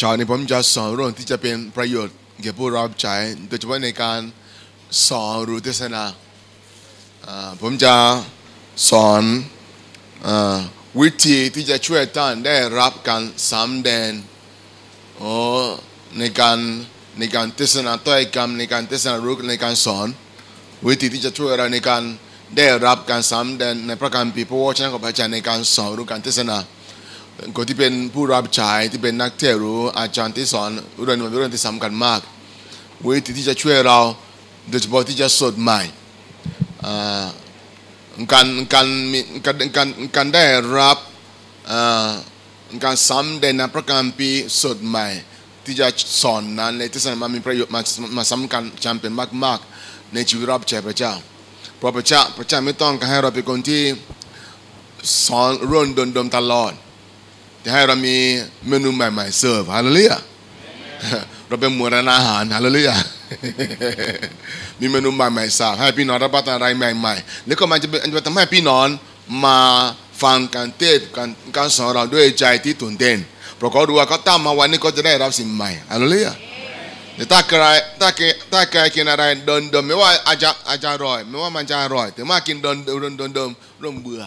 เช้านี้ผมจะสอนเรื่องที่จะเป็นประโยชน์แก่ผู้รับใช้โดยเฉพาะในการสอนหรือเทศนาผมจะสอนวิธีที่จะช่วยท่านได้รับการสำแดงในการเทศนาถ้อยคำในการเทศนารู้ในการสอนวิธีที่จะช่วยเราในการได้รับการสำแดงในพระคัมภีร์พระวจนะของพระเจ้าในการสอนหรือการเทศนาคนที่เป็นผู้รับใช้ที่เป็นนักเทศน์หรืออาจารย์ที่สอนเรื่องที่สำคัญมากวิธีที่จะช่วยเราโดยเฉพาะที่จะสดใหม่การได้รับการสำแดงในพระคัมภีร์สดใหม่ที่จะสอนนั้นในเทศนามันมีประโยชน์มาสำคัญจำเป็นมากๆในชีวิตรับใช้พระเจ้าเพราะพระเจ้าไม่ต้องการให้เราเป็นคนที่สอนเรื่องเดิมๆตลอดแต่ให้เรามีเมนูใหม่ๆเสิร์ฟฮาเลลูยาเราเป็นหมู่ร้านอาหารฮาเลลูยามีเมนูใหม่ๆเสิร์ฟให้พี่น้องรับประทานอะไรใหม่ๆแล้วก็มันจะทำให้พี่น้องมาฟังการเทศน์การสอนเราด้วยใจที่ตื่นเต้นเพราะเขาดูว่าเขาตามมาวันนี้ก็จะได้รับสิ่งใหม่ฮาเลลูยาแต่ถ้าใครกินอะไรเดิมๆไม่ว่าอาจจะอร่อยไม่ว่ามันจะอร่อยแต่มากินเดิมเริ่มเบื่อ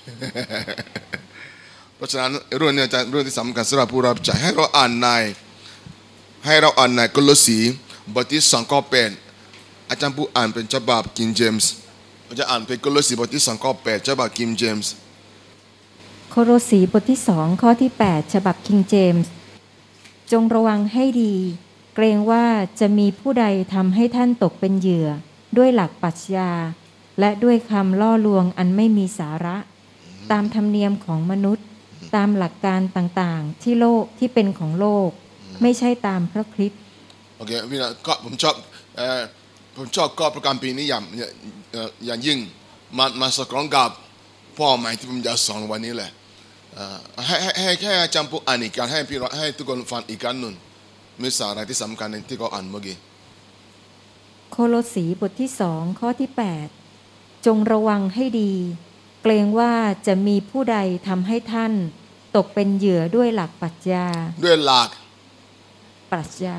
เพราะฉะนั้นเรื่องนี้จะเรื่องที่สำคัญสำหรับผู้รับใช้ให้เราอ่านในโคโลสีบทที่2ข้อ8อาจารย์ผู้อ่านเป็นฉบับ King James จะอ่านเป็นโคโลสีบทที่2ข้อ8ฉบับ King James โคโลสีบทที่2ข้อที่8ฉบับ King James จงระวังให้ดีเกรงว่าจะมีผู้ใดทำให้ท่านตกเป็นเหยื่อด้วยหลักปรัชญาและด้วยคำล่อลวงอันไม่มีสาระตามธรรมเนียมของมนุษย์ตามหลักการต่างๆที่เป็นของโลกไม่ใช่ตามพระคริสต์โอเคพี่นะก็ผมชอบก็ประการปีนี้อย่างยิ่งมาสกรองกับพ่อหมายที่ผมจะสอนวันนี้แหละให้อาจารย์ผู้อ่านอีกการให้ทุกคนฟังอีกการหนึ่งมีสาระที่สำคัญที่เขาอ่านเมื่อกี้โคโลสีบทที่2ข้อที่8จงระวังให้ดีเกรงว่าจะมีผู้ใดทำให้ท่านตกเป็นเหยื่อด้วยหลักปรัชญาด้วยหลักปรัชญา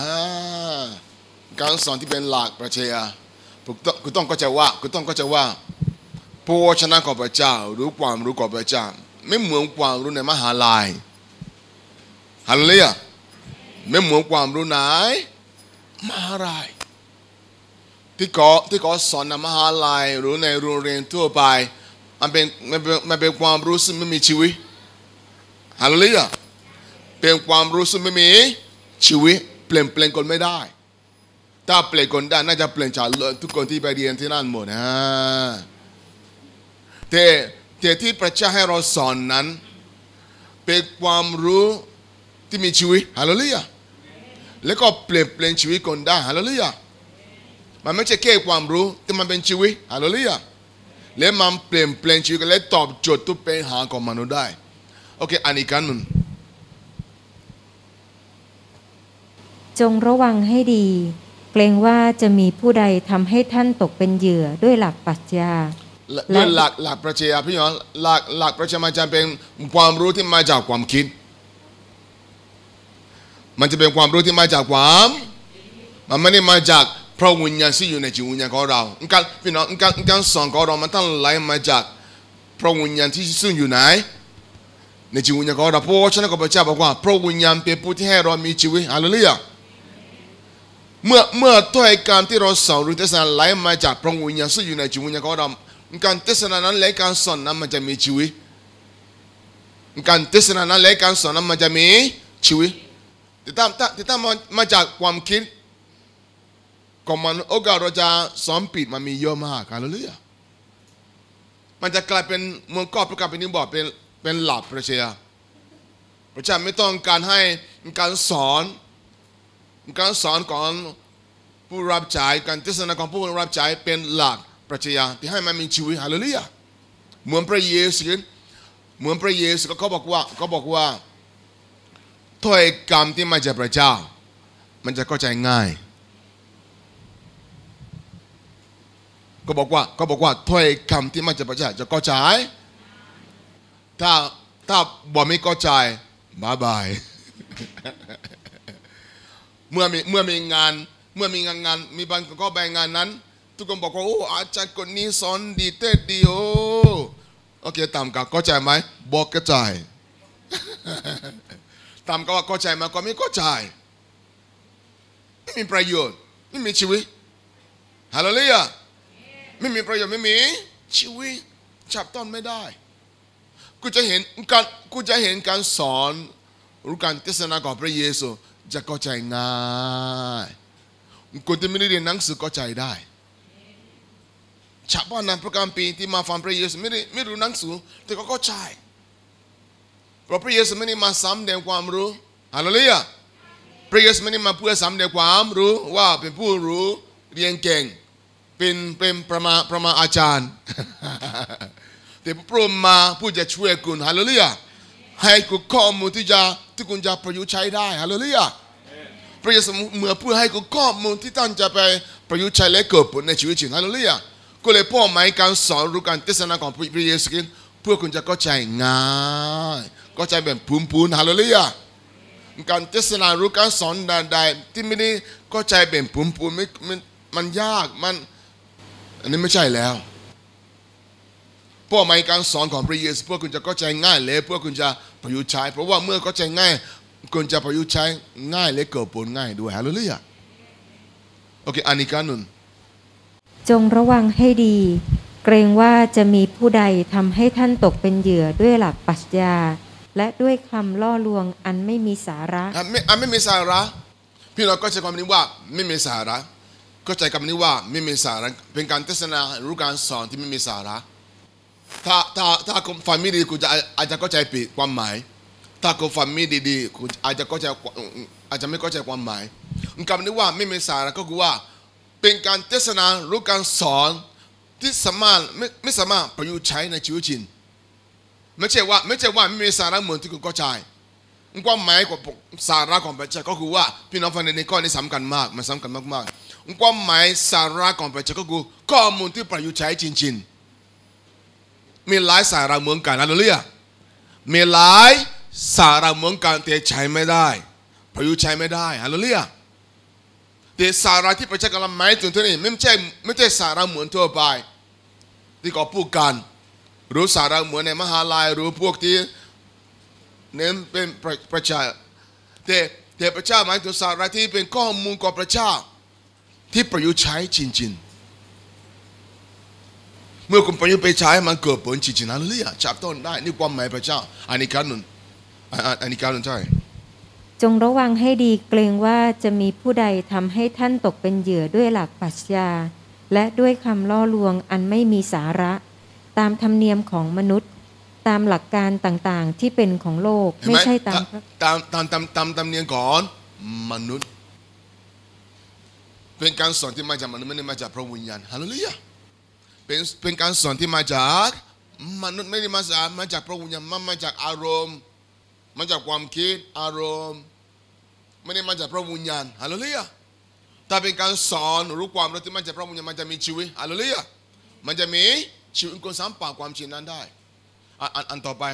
การสอนที่เป็นหลักปรัชญาคุณต้องเข้าใจว่าพระวจนะของพระเจ้าหรือความรู้ของพระเจ้าไม่เหมือนความรู้ในมหาลัยฮาเลลูยาไม่เหมือนความรู้ในมหาลัยที่เขาสอนในมหาลัยหรือในโรงเรียนทั่วไปมันเป็นความรู้ซึ่งไม่มีชีวิตฮาเลลูยาเป็นความรู้ซึ่งไม่มีชีวิตเปลี่ยนคนไม่ได้ถ้าเปลี่ยนคนได้น่าจะเปลี่ยนจากทุกคนที่ไปเรียนที่นั่นหมดนะแต่ที่พระเจ้าให้เราสอนนั้นเป็นความรู้ที่มีชีวิตฮาเลลูยาแล้วก็เปลี่ยนชีวิตคนได้ฮาเลลูยามันไม่ใช่แค่ความรู้แต่มันเป็นชีวิตฮาเลลูยาและมันเปลี่ยนชีวิตและตอบโจทย์ทุกปัญหาของมนุษย์ได้โอเคอันนี้กันนึงจงระวังให้ดีเกรงว่าจะมีผู้ใดทำให้ท่านตกเป็นเหยื่อด้วยหลักปรัชญาด้วยหลักปรัชญาพี่น้องหลักปรัชญามันจะเป็นความรู้ที่มาจากความคิดมันจะเป็นความรู้ที่มาจากมันไม่ได้มาจากพระวิญญาณที่อยู่ในจิตวิญญาณของเราพี่น้องการสอนของเรามันต้องไหลมาจากพระวิญญาณที่ซึ่งอยู่ไหนในจิตวิญญาณของเราเพราะฉะนั้นพระเจ้าบอกว่าพระวิญญาณเป็นผู้ที่ให้เรามีชีวิตฮาเลลูยาเมื่อถ้อยคำที่เราสอนหรือเทศนาไหลมาจากพระวิญญาณซึ่งอยู่ในจิตวิญญาณของเราการเทศนานั้นและการสอนนั้นมันจะมีชีวิตการเทศนานั้นและการสอนนั้นมันจะมีชีวิตแต่ถ้ามาจากความคิดของมันโอกาสเราจะสอนผิดมันมีเยอะมากฮาเลลูยามันจะกลายเป็นเมืองกอบประกาศเป็นนิบอกเป็นหลักปรัชญาพระเจ้าไม่ต้องการให้การสอนของผู้รับใช้การเทศนาของผู้รับใช้เป็นหลักปรัชญาที่ให้มันมีชีวิตฮาเลลูยาเหมือนพระเยซูเขาบอกว่าถ้อยคำที่มาจากพระเจ้ามันจะเข้าใจง่ายเขาบอกว่าถ้อยคำที่มาจากพระเจ้าจะเข้าใจถ้าบอกไม่เข้าใจบายเมื่อมีงานมีบางคนก็ไปงานนั้นทุกคนบอกว่าโอ้อาจารย์คนนี้สอนดีเต้ดีโอเคตามกันเข้าใจไหมบอกเข้าใจตามกันว่าเข้าใจไหมก็ไม่เข้าใจไม่มีประโยชน์ไม่มีชีวิตฮาเลลูยาไม่มีประโยชน์ไม่มีชีวิตจับต้นไม่ได้กูจะเห็นการสอนหรือการเทศนาของพระเยซูจะเข้าใจง่ายคนที่ไม่ได้เรียนหนังสือเข้าใจได้ชาวบ้านในพระคัมภีร์ที่มาฟังพระเยซูไม่รู้หนังสือแต่ก็เข้าใจเพราะพระเยซูไม่ได้มาซ้ำเติมความรู้ฮาเลลูยาพระเยซูไม่ได้มาเพื่อซ้ำเติมความรู้ว่าเป็นผู้รู้เรียนเก่งเป็นประมาอาจารย์แต่พระองค์มาผู้จะช่วยคุณฮาเลลูยาให้คุณข้อมูลที่คุณจะประยุกต์ใช้ได้ฮาเลลูยาพระเยซูเมื่อเพื่อให้คุณข้อมูลที่ท่านจะไปประยุกต์ใช้และเกิดผลในชีวิตจริงฮาเลลูยาก็เลยพ่อหมายการสอนหรือการเทศนาของพระเยซูคริสต์เพื่อคุณจะเข้าใจง่ายเข้าใจแบบพูนฮาเลลูยาการเทศนาหรือการสอนใดๆที่ไม่ได้เข้าใจแบบพูนมันยากอันนี้ไม่ใช่แล้วเป้าหมายการสอนของพระเยซูเพื่อคุณจะเข้าใจง่ายและเพื่อคุณจะประยุกต์ใช้เพราะว่าเมื่อเข้าใจง่ายคุณจะประยุกต์ใช้ง่ายและเกิดผลง่ายด้วยฮาเลลูยาโอเคอันนี้การนึงจงระวังให้ดีเกรงว่าจะมีผู้ใดทำให้ท่านตกเป็นเหยื่อด้วยหลักปรัชญาและด้วยคำล่อลวงอันไม่มีสาระไม่มีสาระพี่น้องก็ใช้คำนี้ว่าไม่มีสาระก็ใจคำนี้ว่าไม่มีสาระเป็นการเทศนาหรือการสอนที่ไม่มีสาระถ้าคุณฟังไม่ดีคุณอาจจะเข้าใจผิดความหมายถ้าคุณฟังไม่ดีๆคุณอาจจะไม่เข้าใจความหมายคำนี้ว่าไม่มีสาระก็คือว่าเป็นการเทศนาหรือการสอนที่ไม่สามารถประยุกต์ใช้ในชีวิตจริงไม่ใช่ว่าไม่มีสาระเหมือนที่คุณเข้าใจความหมายของสาระของพระเจ้าก็คือว่าพี่น้องฟังในข้อนี้สำคัญมากมันสำคัญมากๆความหมายสาระของพระเจ้าก็คือข้อมูลที่ประยุกต์ใช้จริงๆมีหลายสาระเหมือนกันฮาเลลูยามีหลายสาระเหมือนกันแต่ใช้ไม่ได้ประยุกต์ใช้ไม่ได้ฮาเลลูยาแต่สาระที่พระเจ้ากำลังหมายถึงที่นี่ไม่ใช่สาระเหมือนทั่วไปที่เขาพูดกันหรือสาระเหมือนในมหาลัยหรือพวกที่เน้นเป็นประชาแต่พระเจ้าหมายถึงสาระที่เป็นข้อมูลของพระเจ้าที่ประยุกต์ใช้จริงๆเมื่อคุณประยุกต์ไปใช้มันเกิดผลจริงๆฮาเลลูยาจับต้นได้นี่ความหมายพระเจ้าอันนี้การนึงใช่จงระวังให้ดีเกรงว่าจะมีผู้ใดทำให้ท่านตกเป็นเหยื่อด้วยหลักปรัชญาและด้วยคำล่อลวงอันไม่มีสาระตามธรรมเนียมของมนุษย์ตามหลักการต่างๆที่เป็นของโลกไม่ใช่ตามธรรมเนียมของมนุษย์เป็นการสอนที่มาจากมนุษย์ไม่ได้มาจากพระวิญญาณฮาเลลูยาเป็นการสอนที่มาจากมนุษย์ไม่ได้มาจากพระวิญญาณมาจากอารมณ์มาจากความคิดอารมณ์ไม่ได้มาจากพระวิญญาณฮาเลลูยาถ้าเป็นการสอนรู้ความรู้ที่มาจากพระวิญญาณมันจะมีชีวิตฮาเลลูยามันจะมีชีวิตคนสัมผัสความจริงนั้นได้อันต่อไป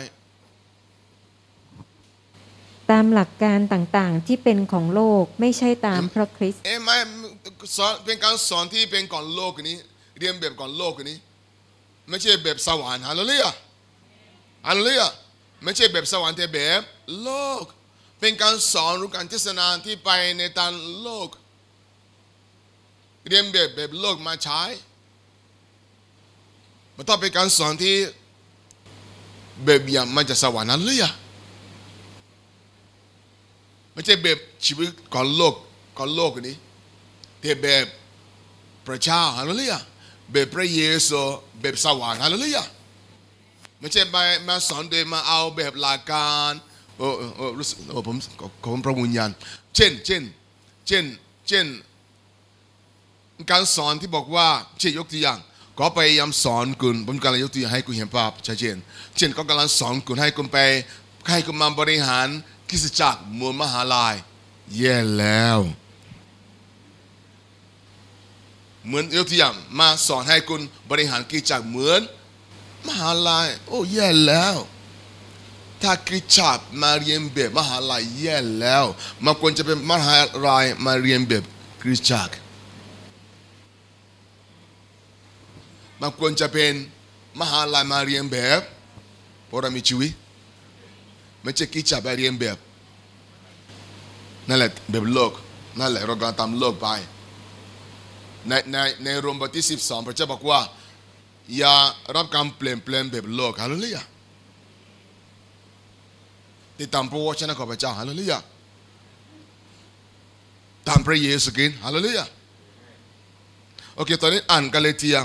ตามหลักการต่างๆที่เป็นของโลกไม่ใช่ตามพระคริสต์ไม่สอนเป็นการสอนที่เป็นก่อนโลกนี้เรียนแบบก่อนโลกนี้ไม่ใช่แบบสวรรค์ฮาเลลูยาฮาเลลูยาไม่ใช่แบบสวรรค์แต่แบบโลกเป็นการสอนหรือการเทศนาที่ไปในทางโลกเรียนแบบโลกมาใช้มันต้องเป็นการสอนที่แบบอย่างมาจากสวรรค์นั้นเลยไม่ใช่แบบชีวิตก่อนโลกนี้แต่แบบพระเจ้าฮาเลลูยาแบบพระเยซูแบบสวรรค์ฮาเลลูยาไม่ใช่มาสอนโดยมาเอาแบบหลักการรู้สึกผมพระวิญญาณเช่นการสอนที่บอกว่าเช่นยกตัวอย่างก็พยายามสอนคุณผมกำลังยกตัวอย่างให้คุณเห็นภาพชัดเจนเช่นก็กำลังสอนคุณให้คุณมาบริหารคริสตจักรมวลมหาลัยแย่แล้วเหมือนยกตัวอย่างมาสอนให้คุณบริหารคริสตจักรเหมือนมหาลัยโอ้แย่แล้วถ้าคริสตจักรมาเรียนแบบมหาลัยแย่แล้วมันควรจะเป็นมหาลัยมาเรียนแบบคริสตจักรมันควรจะเป็นมหาลัยมาเรียนแบบพระมีชีวิตไม่ใช่คริสตจักรไปเรียนแบบนั่นแหละแบบโลกนั่นแหละเรากำลังตามโลกไปในโรมบทที่12พระเจ้าบอกว่าอย่ารับการเปลี่ยนแปลงแบบโลกฮาเลลูยาที่ตามพระวจนะของพระเจ้าฮาเลลูยาตามพระเยซูคริสต์ฮาเลลูยาโอเคตอนนี้อ่านกาเลเทีย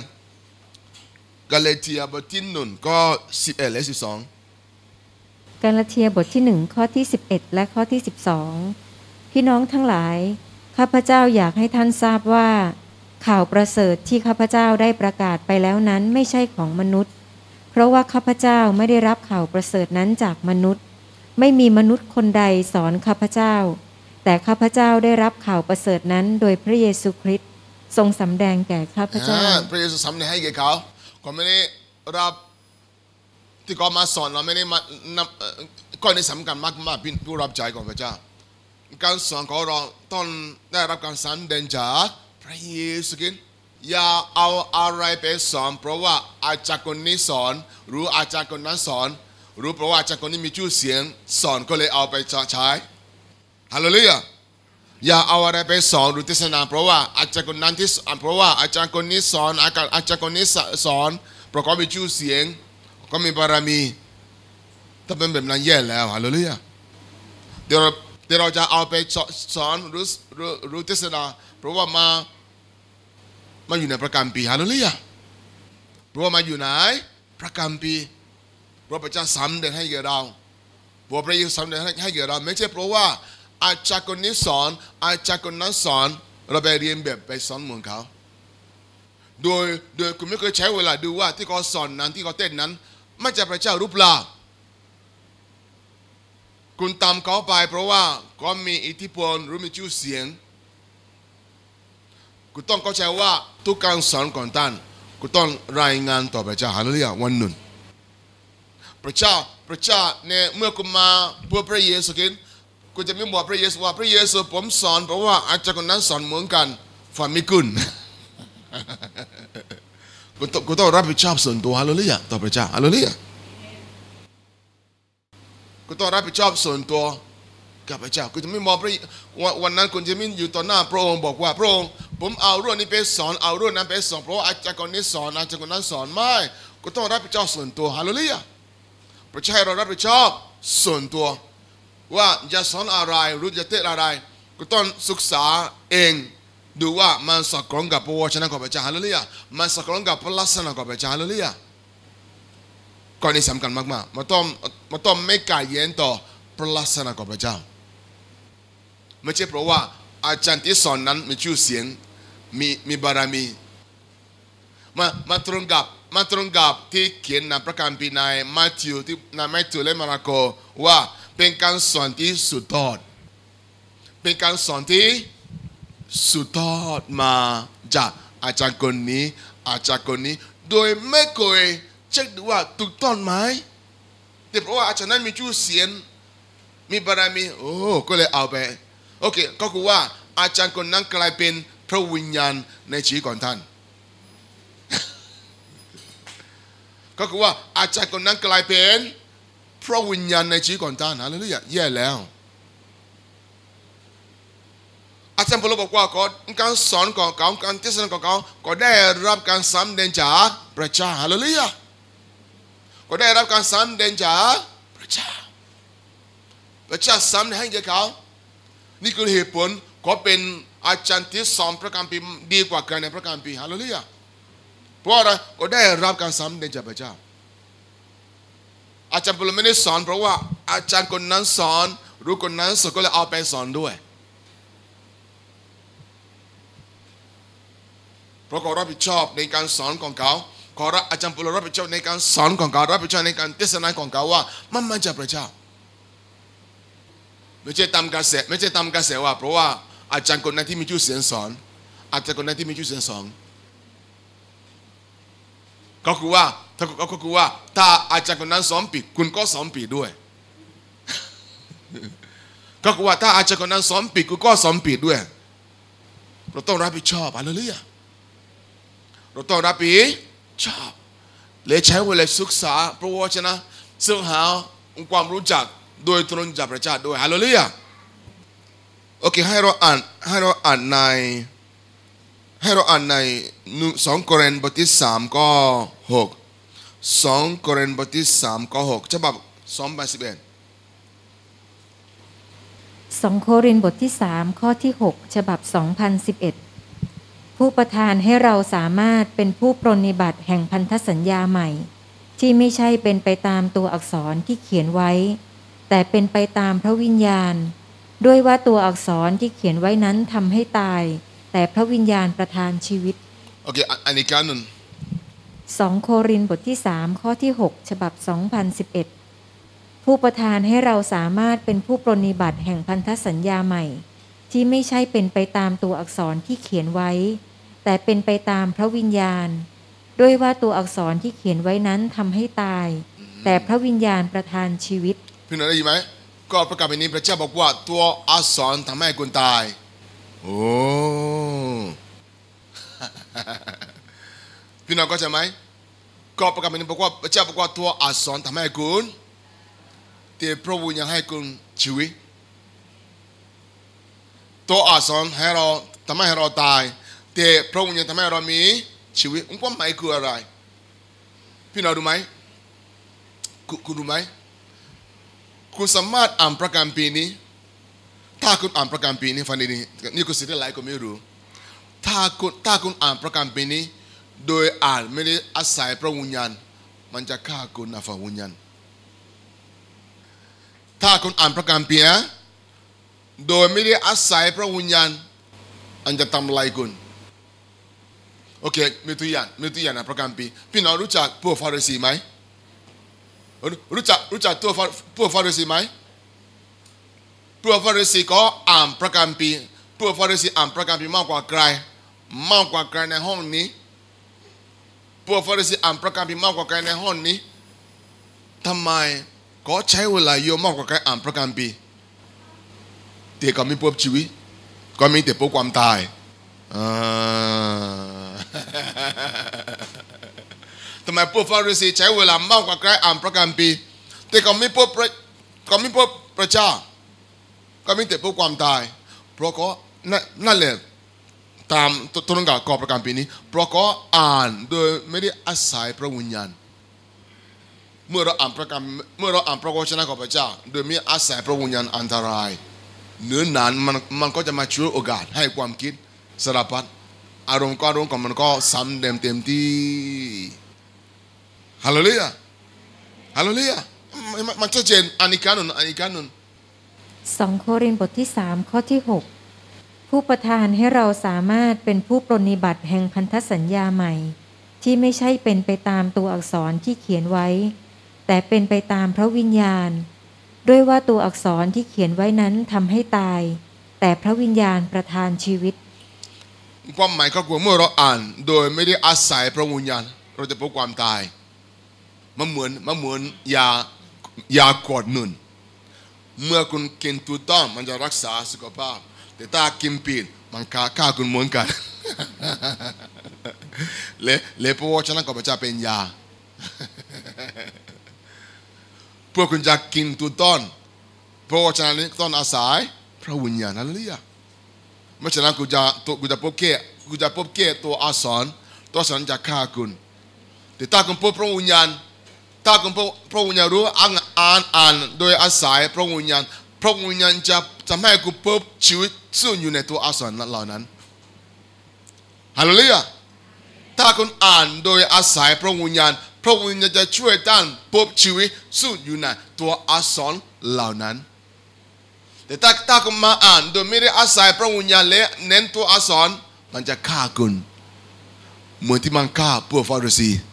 บทที่1ก็11และ12 กาลาเทียบทที่1ข้อที่11และข้อที่12พี่น้องทั้งหลายข้าพเจ้าอยากให้ท่านทราบว่าข่าวประเสริฐที่ข้าพเจ้าได้ประกาศไปแล้วนั้นไม่ใช่ของมนุษย์เพราะว่าข้าพเจ้าไม่ได้รับข่าวประเสริฐนั้นจากมนุษย์ไม่มีมนุษย์คนใดสอนข้าพเจ้าแต่ข้าพเจ้าได้รับข่าวประเสริฐนั้นโดยพระเยซูคริสต์ทรงสำแดงแก่ข้าพเจ้าพระเยซูสำแดงให้แก่เขาไม่ได้รับที่เขามาสอนเราไม่ได้มาข้อนี้สำคัญมากๆผู้รับใช้ของพระเจ้าการสอนของเราต้องได้รับการสำแดงจากพระเยซูคริสต์อย่าเอาอะไรไปสอนเพราะว่าอาจารย์คนนี้สอนหรืออาจารย์คนนั้นสอนหรือเพราะว่าอาจารย์คนนี้มีชื่อเสียงสอนก็เลยเอาไปใช้ฮาเลลูยาอย่าเอาอะไรไปสอนหรือเทศนาเพราะว่าอาจารย์คนนั้นที่เพราะว่าอาจารย์คนนี้สอนอาจารย์คนนี้สอนเพราะเขามีชื่อเสียงก็มีบารมีถ้าเป็นแบบนั้นแย่แล้วฮาเลลูยาเดี๋ยวเราจะเอาไปสอนหรือเทศนาเพราะว่ามาอยู่ในพระคัมภีร์ฮาเลลูยาเพราะว่ามาอยู่ในพระคัมภีร์เพราะพระเจ้าสำแดงให้แก่เราเพราะพระเยซูสำแดงให้แก่เราไม่ใช่เพราะว่าอาจารย์คนนี้สอนอาจารย์คนนั้นสอนเราไปเรียนแบบไปสอนเหมือนเขาโดยคุณไม่เคยใช้เวลาดูว่าที่เขาสอนนั้นที่เขาเต้นนั้นไม่ใช่พระเจ้ารูปร่างคุณตามเขาไปเพราะว่าเขามีอิทธิพลหรือมีชื่อเสียงคุณต้องเข้าใจว่าทุกการสอนของท่านคุณต้องรายงานต่อพระเจ้าฮาเลลูยาวันหนึ่งพระเจ้าเนี่ยเมื่อคุณมาเพื่อพระเยซูคริสต์คุณจะไม่บอกพระเยซูว่าพระเยซูผมสอนเพราะว่าอาจารย์คนนั้นสอนเหมือนกันฝันไม่ขึ้น คุณต้องรับผิดชอบส่วนตัวฮาเลลูยาต่อพระเจ้าฮาเลลูยาคุณต้องรับผิดชอบส่วนตัวกับพระเจ้าคุณจะไม่มองพระวันนั้นคุณจะไม่อยู่ต่อหน้าพระองค์บอกว่าพระองค์ผมเอาเรื่องนี้ไปสอนเอาเรื่องนั้นไปสอนเพราะว่าอาจารย์คนนี้สอนอาจารย์คนนั้นสอนไม่คุณต้องรับผิดชอบส่วนตัวฮาเลลูยาพระเจ้าให้เรารับผิดชอบส่วนตัวว่าจะสอนอะไรหรือจะเทศอะไรก็ต้องศึกษาเองดูว่ามันสอดคล้องกับพระวจนะของพระเจ้าฮาเลลูยามันสอดคล้องกับพระลักษณะของพระเจ้าฮาเลลูยาข้อนี้สำคัญมากๆมันต้องไม่กายเย็นต่อพระลักษณะของพระเจ้าไม่ใช่เพราะว่าอาจารย์ที่สอนนั้นมีชื่อเสียงมีบารมีมาตรงกับที่เขียนในพระคัมภีร์ในมัทธิวและมาระโกว่าเป็นการสอนที่สืบทอดเป็นการสอนที่สืบทอดมาจากอาจารย์คนนี้อาจารย์คนนี้โดยไม่เคยเช็คดูว่าถูกต้องไหมแต่เพราะว่าอาจารย์นั้นมีชื่อเสียงมีบารมีก็เลยเอาไปโอเคก็คือว่าอาจารย์คนนั้นกลายเป็นพระวิญญาณในชีวิตของท่าน ก็คือว่าอาจารย์คนนั้นกลายเป็นพระวิญญาณในชีวิตของท่านฮาเลลูยาแย่แล้วอาจารย์เปโตรบอกว่าการสอนของเขาการเทศนาของเขาก็ได้รับการสำแดงจากพระเจ้าฮาเลลูยาก็ได้รับการสำแดงจากพระเจ้าสำแดงให้แก่เขานี่คือเหตุผลเขาเป็นอาจารย์ที่สอนพระคัมภีร์ดีกว่าใครในพระคัมภีร์ฮาเลลูยาเพราะอะไรก็ได้รับการสำแดงจากพระเจ้าอาจารย์เปโตรไม่ได้สอนเพราะว่าอาจารย์คนนั้นสอนรู้คนนั้นสอนก็เลยเอาไปสอนด้วยเพราะเขารับผิดชอบในการสอนของเขาอาจารย์เปโตรรับผิดชอบในการสอนของเขารับผิดชอบในการเทศนาของเขาว่ามันมาจากพระเจ้าไม่ใช่ตามกระแสว่าเพราะว่าอาจารย์คนนั้นที่มีชื่อเสียงสอนอาจารย์คนนั้นที่มีชื่อเสียงสอนก็คือว่าถ้าอาจารย์คนนั้นสอนผิดคุณก็สอนผิดด้วยก็คือว่าถ้าอาจารย์คนนั้นสอนผิดกูก็สอนผิดด้วยเราต้องรับผิดชอบอะไรเลยเราต้องรับผิดชอบและใช้เวลาศึกษาพระวจนะซึ่งหาความรู้จักโดยตรงจากพระเจ้าด้วยฮาเลลูยาโอเคให้เราอ่านใน2 โครินธ์บทที่3ข้อ6 2 โครินธ์บทที่3ข้อ6ฉบับ2011 2 โครินธ์บทที่3ข้อที่6ฉบับ2011ผู้ประทานให้เราสามารถเป็นผู้ปรนนิบัติแห่งพันธสัญญาใหม่ที่ไม่ใช่เป็นไปตามตัวอักษรที่เขียนไว้แต่เป็นไปตามพระวิญญาณด้วยว่าตัวอักษรที่เขียนไว้นั้นทำให้ตายแต่พระวิญญาณประทานชีวิตโอเคอันนี้กันนึง 2 โครินธ์บทที่3ข้อที่6ฉบับ2011ผู้ประทานให้เราสามารถเป็นผู้ปรนนิบัติแห่งพันธสัญญาใหม่ที่ไม่ใช่เป็นไปตามตัวอักษรที่เขียนไว้แต่เป็นไปตามพระวิญญาณด้วยว่าตัวอักษรที่เขียนไว้นั้นทำให้ตายแต่พระวิญญาณประทานชีวิตพี่น้องได้ยินไหมก็ประกาศแบบนี้พระเจ้าบอกว่าตัวอักษรทำให้คนตายโอ้พี่น้องเข้าใจไหมก็ประกาศแบบนี้บอกว่าพระเจ้าบอกว่าตัวอักษรทำให้คุณแต่พระวิญญาณให้คุณชีวิตตัวอักษรให้เราทำให้เราตายแต่พระวิญญาณทำให้เรามีชีวิตความหมายคืออะไรพี่น้องรู้ไหมคุณรู้ไหมคุณสามารถอ่านประการปีนี้ถ้าคุณอ่านประการปีนี้ฟังดีนี่คือสิ่งที่หลายคนไม่รู้ถ้าคุณอ่านประการปีนี้โดยอ่านไม่ได้อาศัยพระวิญญาณมันจะฆ่าคุณนะฝ่ายวิญญาณถ้าคุณอ่านประการปีนะโดยไม่ได้อาศัยพระวิญญาณมันจะทำลายคุณโอเคมีตัวอย่างนะประการปีพี่น้องรู้จักพวกฟาริสีไหมรู้จักตัวพวกฟาริสีไหมพวกฟาริสีก็อ่านประการปีพวกฟาริสีอ่านประการปีมากกว่าใครในห้องนี้พวกฟาริสีอ่านประการปีมากกว่าใครในห้องนี้ทำไมก็ใช้เวลาเยอะมากกว่าใครอ่านประการปีแต่ก็ไม่พบชีวิตก็มีแต่พบความตายทำไมพวกฟาริสีใช้เวลามากกว่าใครอ่านประการปีแต่ก็ไม่พบพระเจ้าก็มีแต่พบความตายเพราะก็นั่นแหละตามต้นกอบประการปีนี้เพราะก็อ่านโดยไม่ได้อาศัยพระวิญญาณเมื่อเราอ่านพระวจนะของพระเจ้าโดยไม่อาศัยพระวิญญาณอันตรายเนื้อนานมันก็จะมาช่วยโอกาสให้ความคิดสารพัดอารมณ์ของมันก็ซ้ำเต็มที่ฮาเลลูยามันชัดเจนอันนี้กันนึง 2 โครินธ์บทที่3ข้อที่6ผู้ประทานให้เราสามารถเป็นผู้ปรนนิบัติแห่งพันธสัญญาใหม่ที่ไม่ใช่เป็นไปตามตัวอักษรที่เขียนไว้แต่เป็นไปตามพระวิญญาณด้วยว่าตัวอักษรที่เขียนไว้นั้นทำให้ตายแต่พระวิญญาณประทานชีวิตความหมายก็คือเมื่อเราอ่านโดยไม่ได้อาศัยพระวิญญาณเราจะพบความตายมันเหมือนยากดนุ่นเมื่อคุณกินถูกต้องมันจะรักษาสุขภาพแต่ถ้ากินผิดมันฆ่าคุณเหมือนกันและพระวจนะของพระเจ้าเป็นยาเพื่อคุณจะกินถูกต้องพระวจนะนี้ต้องอาศัยพระวิญญาณนั่นเลยไม่ฉะนั้นกูจะพบแค่ตัวอักษรจะฆ่าคุณแต่ถ้าคุณพบพระวิญญาณถ้าคุณพระวิญญาณรู้อ่านโดยอาศัยพระวิญญาณจะทำให้คุณพบชีวิตซึ่งอยู่ในตัวอักษรเหล่านั้นฮาเลลูยาถ้าคุณอ่านโดยอาศัยพระวิญญาณจะช่วยท่านพบชีวิตซึ่งอยู่ในตัวอักษรเหล่านั้นแต่ถ้าคุณมาอ่านโดยไม่ได้อาศัยพระวิญญาณและเน้นตัวอักษรมันจะฆ่าคุณเหมือนที่มันฆ่าพวกฟาริสี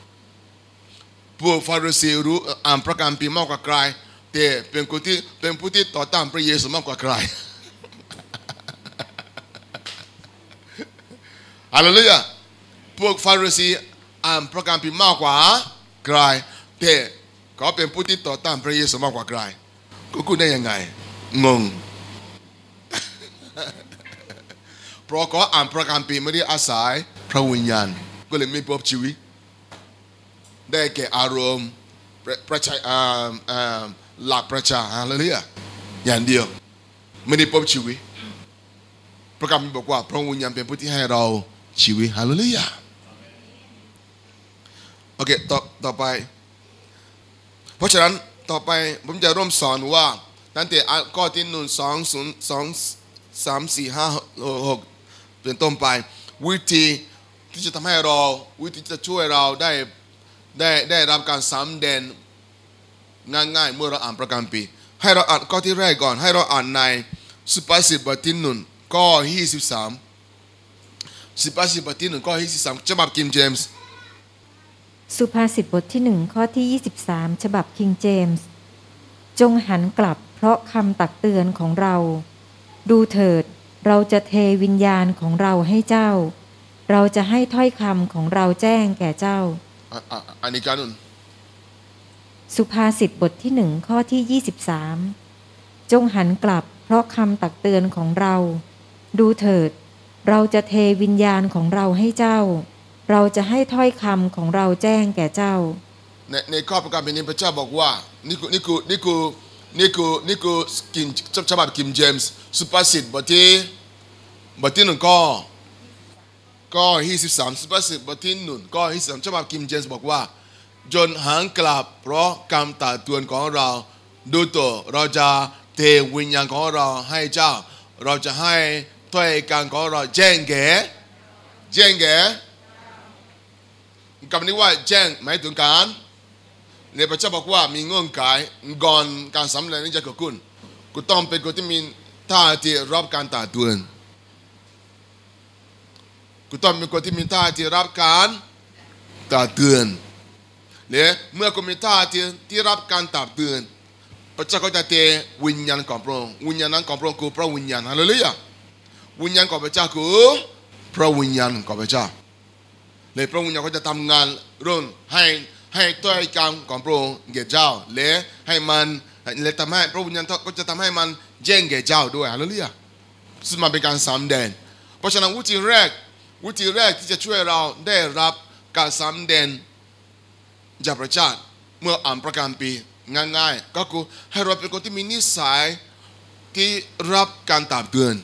รู้อ่านประการปีมากกว่าใครแต่เป็นผู้ที่ต่อต้านพระเยซูมากกว่าใครฮาเลลูยาพวกฟาริสีอ่านประการปีมากกว่าใครแต่เขาเป็นผู้ที่ต่อต้านพระเยซูมากกว่าใครก็คุณได้ยังไงงง เพราะก็อ่านพระคัมภีร์ไม่ได้อาศัยพระวิญญาณก็เลยไม่พบชีวิตได้แก่อารมณ์ประชาหลักประชาฮาเลลูยาอย่างเดียวไม่ได้พบชีวิตพระคัมภีร์บอกว่าพระวิญญาณเป็นผู้ที่ให้เราชีวิตฮาเลลูยาโอเคต่อไปเพราะฉะนั้นต่อไปผมจะเริ่มสอนว่าตั้งแต่ข้อที่1 2 0 2 3 4 5 6เป็นต้นไปวิธีที่จะทำให้เราวิธีจะช่วยเราได้รับการสำแดงง่ายๆเมื่อเราอ่านพระคัมภีร์ให้เราอ่านข้อที่แรกก่อนให้เราอ่านในสุภาษิตบทที่1ข้อ23สุภาษิตบทที่1ข้อ23ฉบับคิงเจมส์สุภาษิตบทที่1ข้อที่23ฉบับคิงเจมส์จงหันกลับเพราะคำตักเตือนของเราดูเถิดเราจะเทวิญญาณของเราให้เจ้าเราจะให้ถ้อยคำของเราแจ้งแก่เจ้าอันนี้กันสุภาษิตบทที่1ข้อที่23จงหันกลับเพราะคำตักเตือนของเราดูเถิดเราจะเทวิญญาณของเราให้เจ้าเราจะให้ถ้อยคำของเราแจ้งแก่เจ้าในข้อประกาศเป็นนี้พระเจ้าบอกว่านี่คือกินฉบับคิงเจมส์สุภาษิตบทที่1ก็23สุภาษิตบทที่1ก็23ฉบับคิงเจมส์บอกว่าจนหันกลับเพราะคำตักเตือนของเราดูตัวเราจะเทวิญญาณของเราให้เจ้าเราจะให้ถ้อยคำของเราแจ้งแก่คำนี้ว่าแจ้งหมายถึงการในพระเจ้าบอกว่ามีเงื่อนไขก่อนการสำเร็จนี้จะเกิดขึ้นกูต้องเป็นคนที่มีท่าทีรับการตักเตือนกูต้องเป็นคนที่มีท่าทีรับการตักเตือนเนี่ยเมื่อคุณมีท่าทีที่รับการตักเตือนพระเจ้าก็จะเทวิญญาณของพระองค์วิญญาณนั้นของพระองค์คือพระวิญญาณฮาเลลูยาวิญญาณของพระเจ้าคือพระวิญญาณของพระเจ้าเลยพระวิญญาณก็จะทำงานเรื่องให้ถ้อยคำของพระองค์แก่เจ้าและให้มันและทำให้พระวิญญาณก็จะทำให้มันแจ้งแก่เจ้าด้วยฮาเลลูยาซึ่งมันเป็นการสำแดงเพราะฉะนั้นวิธีแรกที่จะช่วยเราได้รับการสำแดงจากพระเจ้าเมื่ออ่านพระคัมภีร์ง่ายๆก็คือให้เราเป็นคนที่มีนิสัยที่รับการตักเตือน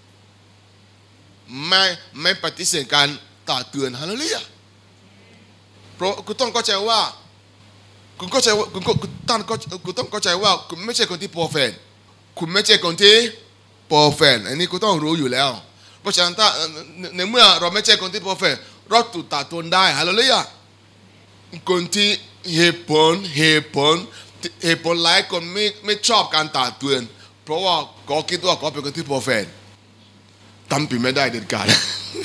ไม่ปฏิเสธการตักเตือนฮาเลลูยาเพราะคุณต้องเข้าใจว่าคุณต้องเข้าใจว่าคุณไม่ใช่คนที่เพอร์เฟกต์คุณไม่ใช่คนที่เพอร์เฟกต์อันนี้คุณต้องรู้อยู่แล้วเพราะฉะนั้นถ้าในเมื่อเราไม่ใช่คนที่เพอร์เฟกต์เราถูกตักเตือนได้ฮาเลลูยาคนที่เหตุผลหลายคนไม่ชอบการตักเตือนเพราะว่าเขาคิดว่าเขาเป็นคนที่เพอร์เฟกต์ทำผิดไม่ได้เด็ดขาด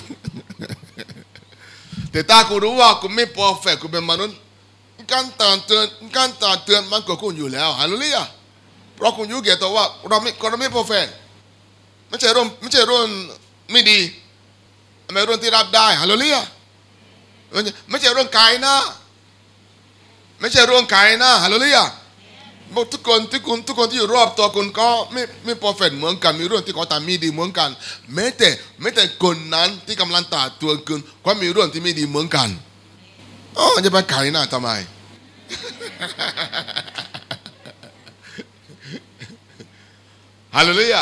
แต่ถ้าคุณรู้ว่าคุณไม่เพอร์เฟกต์คุณเป็นมนุษย์การตักเตือนมันก็คุณอยู่แล้วฮาเลลูยาเพราะคุณรู้แก่ตัวว่าเราไม่เพอร์เฟกต์ไม่ใช่เรื่องไม่ดีไม่เรื่องที่รับได้ฮาเลลูยาไม่ใช่เรื่องกายนะไม่ใช่เรื่องกายนะฮาเลลูยาบอกทุกคนที่อยู่รอบตัวคุณก็ไม่เพอร์เฟกต์เหมือนกันมีเรื่องที่เขาทำไม่ดีเหมือนกันแม้แต่คนนั้นที่กำลังตักเตือนคุณก็มีเรื่องที่ไม่ดีเหมือนกันจะไปกายนะทำไม ฮาเลลูยา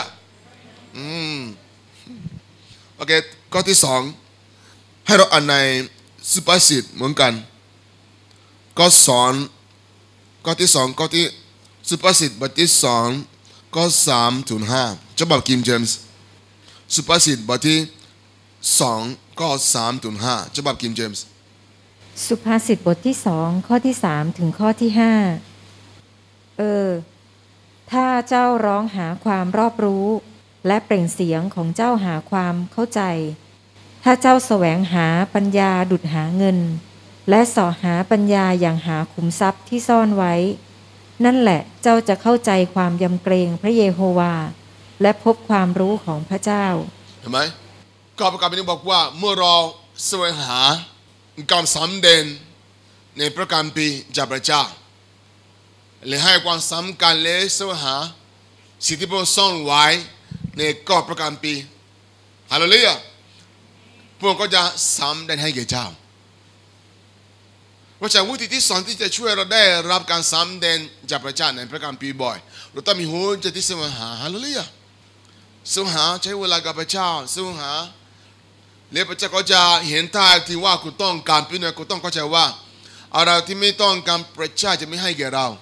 โอเคข้อที่2ให้เราอ่านในสุภาษิตเหมือนกันก็สอนข้อที่สุภาษิตบทที่2ข้อ3ถึง5ฉบับคิงเจมส์สุภาษิตบทที่2ข้อ3ถึง5ฉบับคิงเจมส์สุภาษิตบทที่2ข้อที่3ถึงข้อที่5ถ้าเจ้าร้องหาความรอบรู้และเปล่งเสียงของเจ้าหาความเข้าใจถ้าเจ้าแสวงหาปัญญาดุจหาเงินและเสาะหาปัญญาอย่างหาขุมทรัพย์ที่ซ่อนไว้นั่นแหละเจ้าจะเข้าใจความยำเกรงพระเยโฮวาและพบความรู้ของพระเจ้าเห็นไหมข้อประกาศนี้บอกว่าเมื่อเราแสวงหาการสำแดงในพระคัมภีร์จากพระเจ้าและให้ความสำคัญและแสวงหาสิ่งที่พระองค์ซ่อนไว้ในกรอบประการปีฮาเลลูยาพระองค์ก็จะซ้ำได้ให้แก่เจ้าเพราะฉะนั้นวิธีที่สองที่จะช่วยเราได้รับการซ้ำเด่นจากพระเจ้าในประการปีบ่อยเราต้องมีหัวใจที่แสวงหาฮาเลลูยาแสวงหาใช้เวลากับพระเจ้าแสวงหาและพระเจ้าก็จะเห็นท่าทีว่าคุณต้องการพี่น้องคุณต้องเข้าใจว่าอะไรที่ไม่ต้องการพระเจ้าจะไม่ให้แก่เรา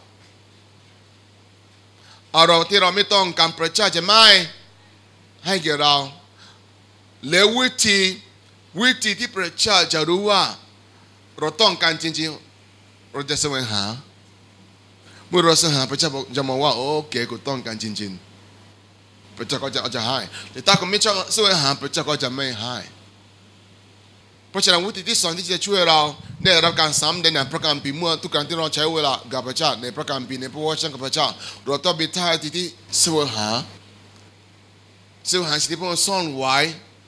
อะไรที่เราไม่ต้องการพระเจ้าจะไม่ให้แก่เราและวิธีที่พระเจ้าจะรู้ว่าเราต้องการจริงๆเราจะแสวงหาเมื่อเราแสวงหาพระเจ้าจะมองว่าโอเคกูต้องการจริงๆพระเจ้าก็จะให้แต่ถ้าคุณไม่ชอบแสวงหาพระเจ้าก็จะไม่ให้เพราะฉะนั้นวิธีที่สองที่จะช่วยเราได้รับการซ้ำในพระการปีเมื่อทุกครั้งที่เราใช้เวลากับพระเจ้าในพระการปีในพระวจนะกับพระเจ้าเราต้องมีท่าทีที่แสวงหาสิ่งที่พระองค์ซ่อนไว้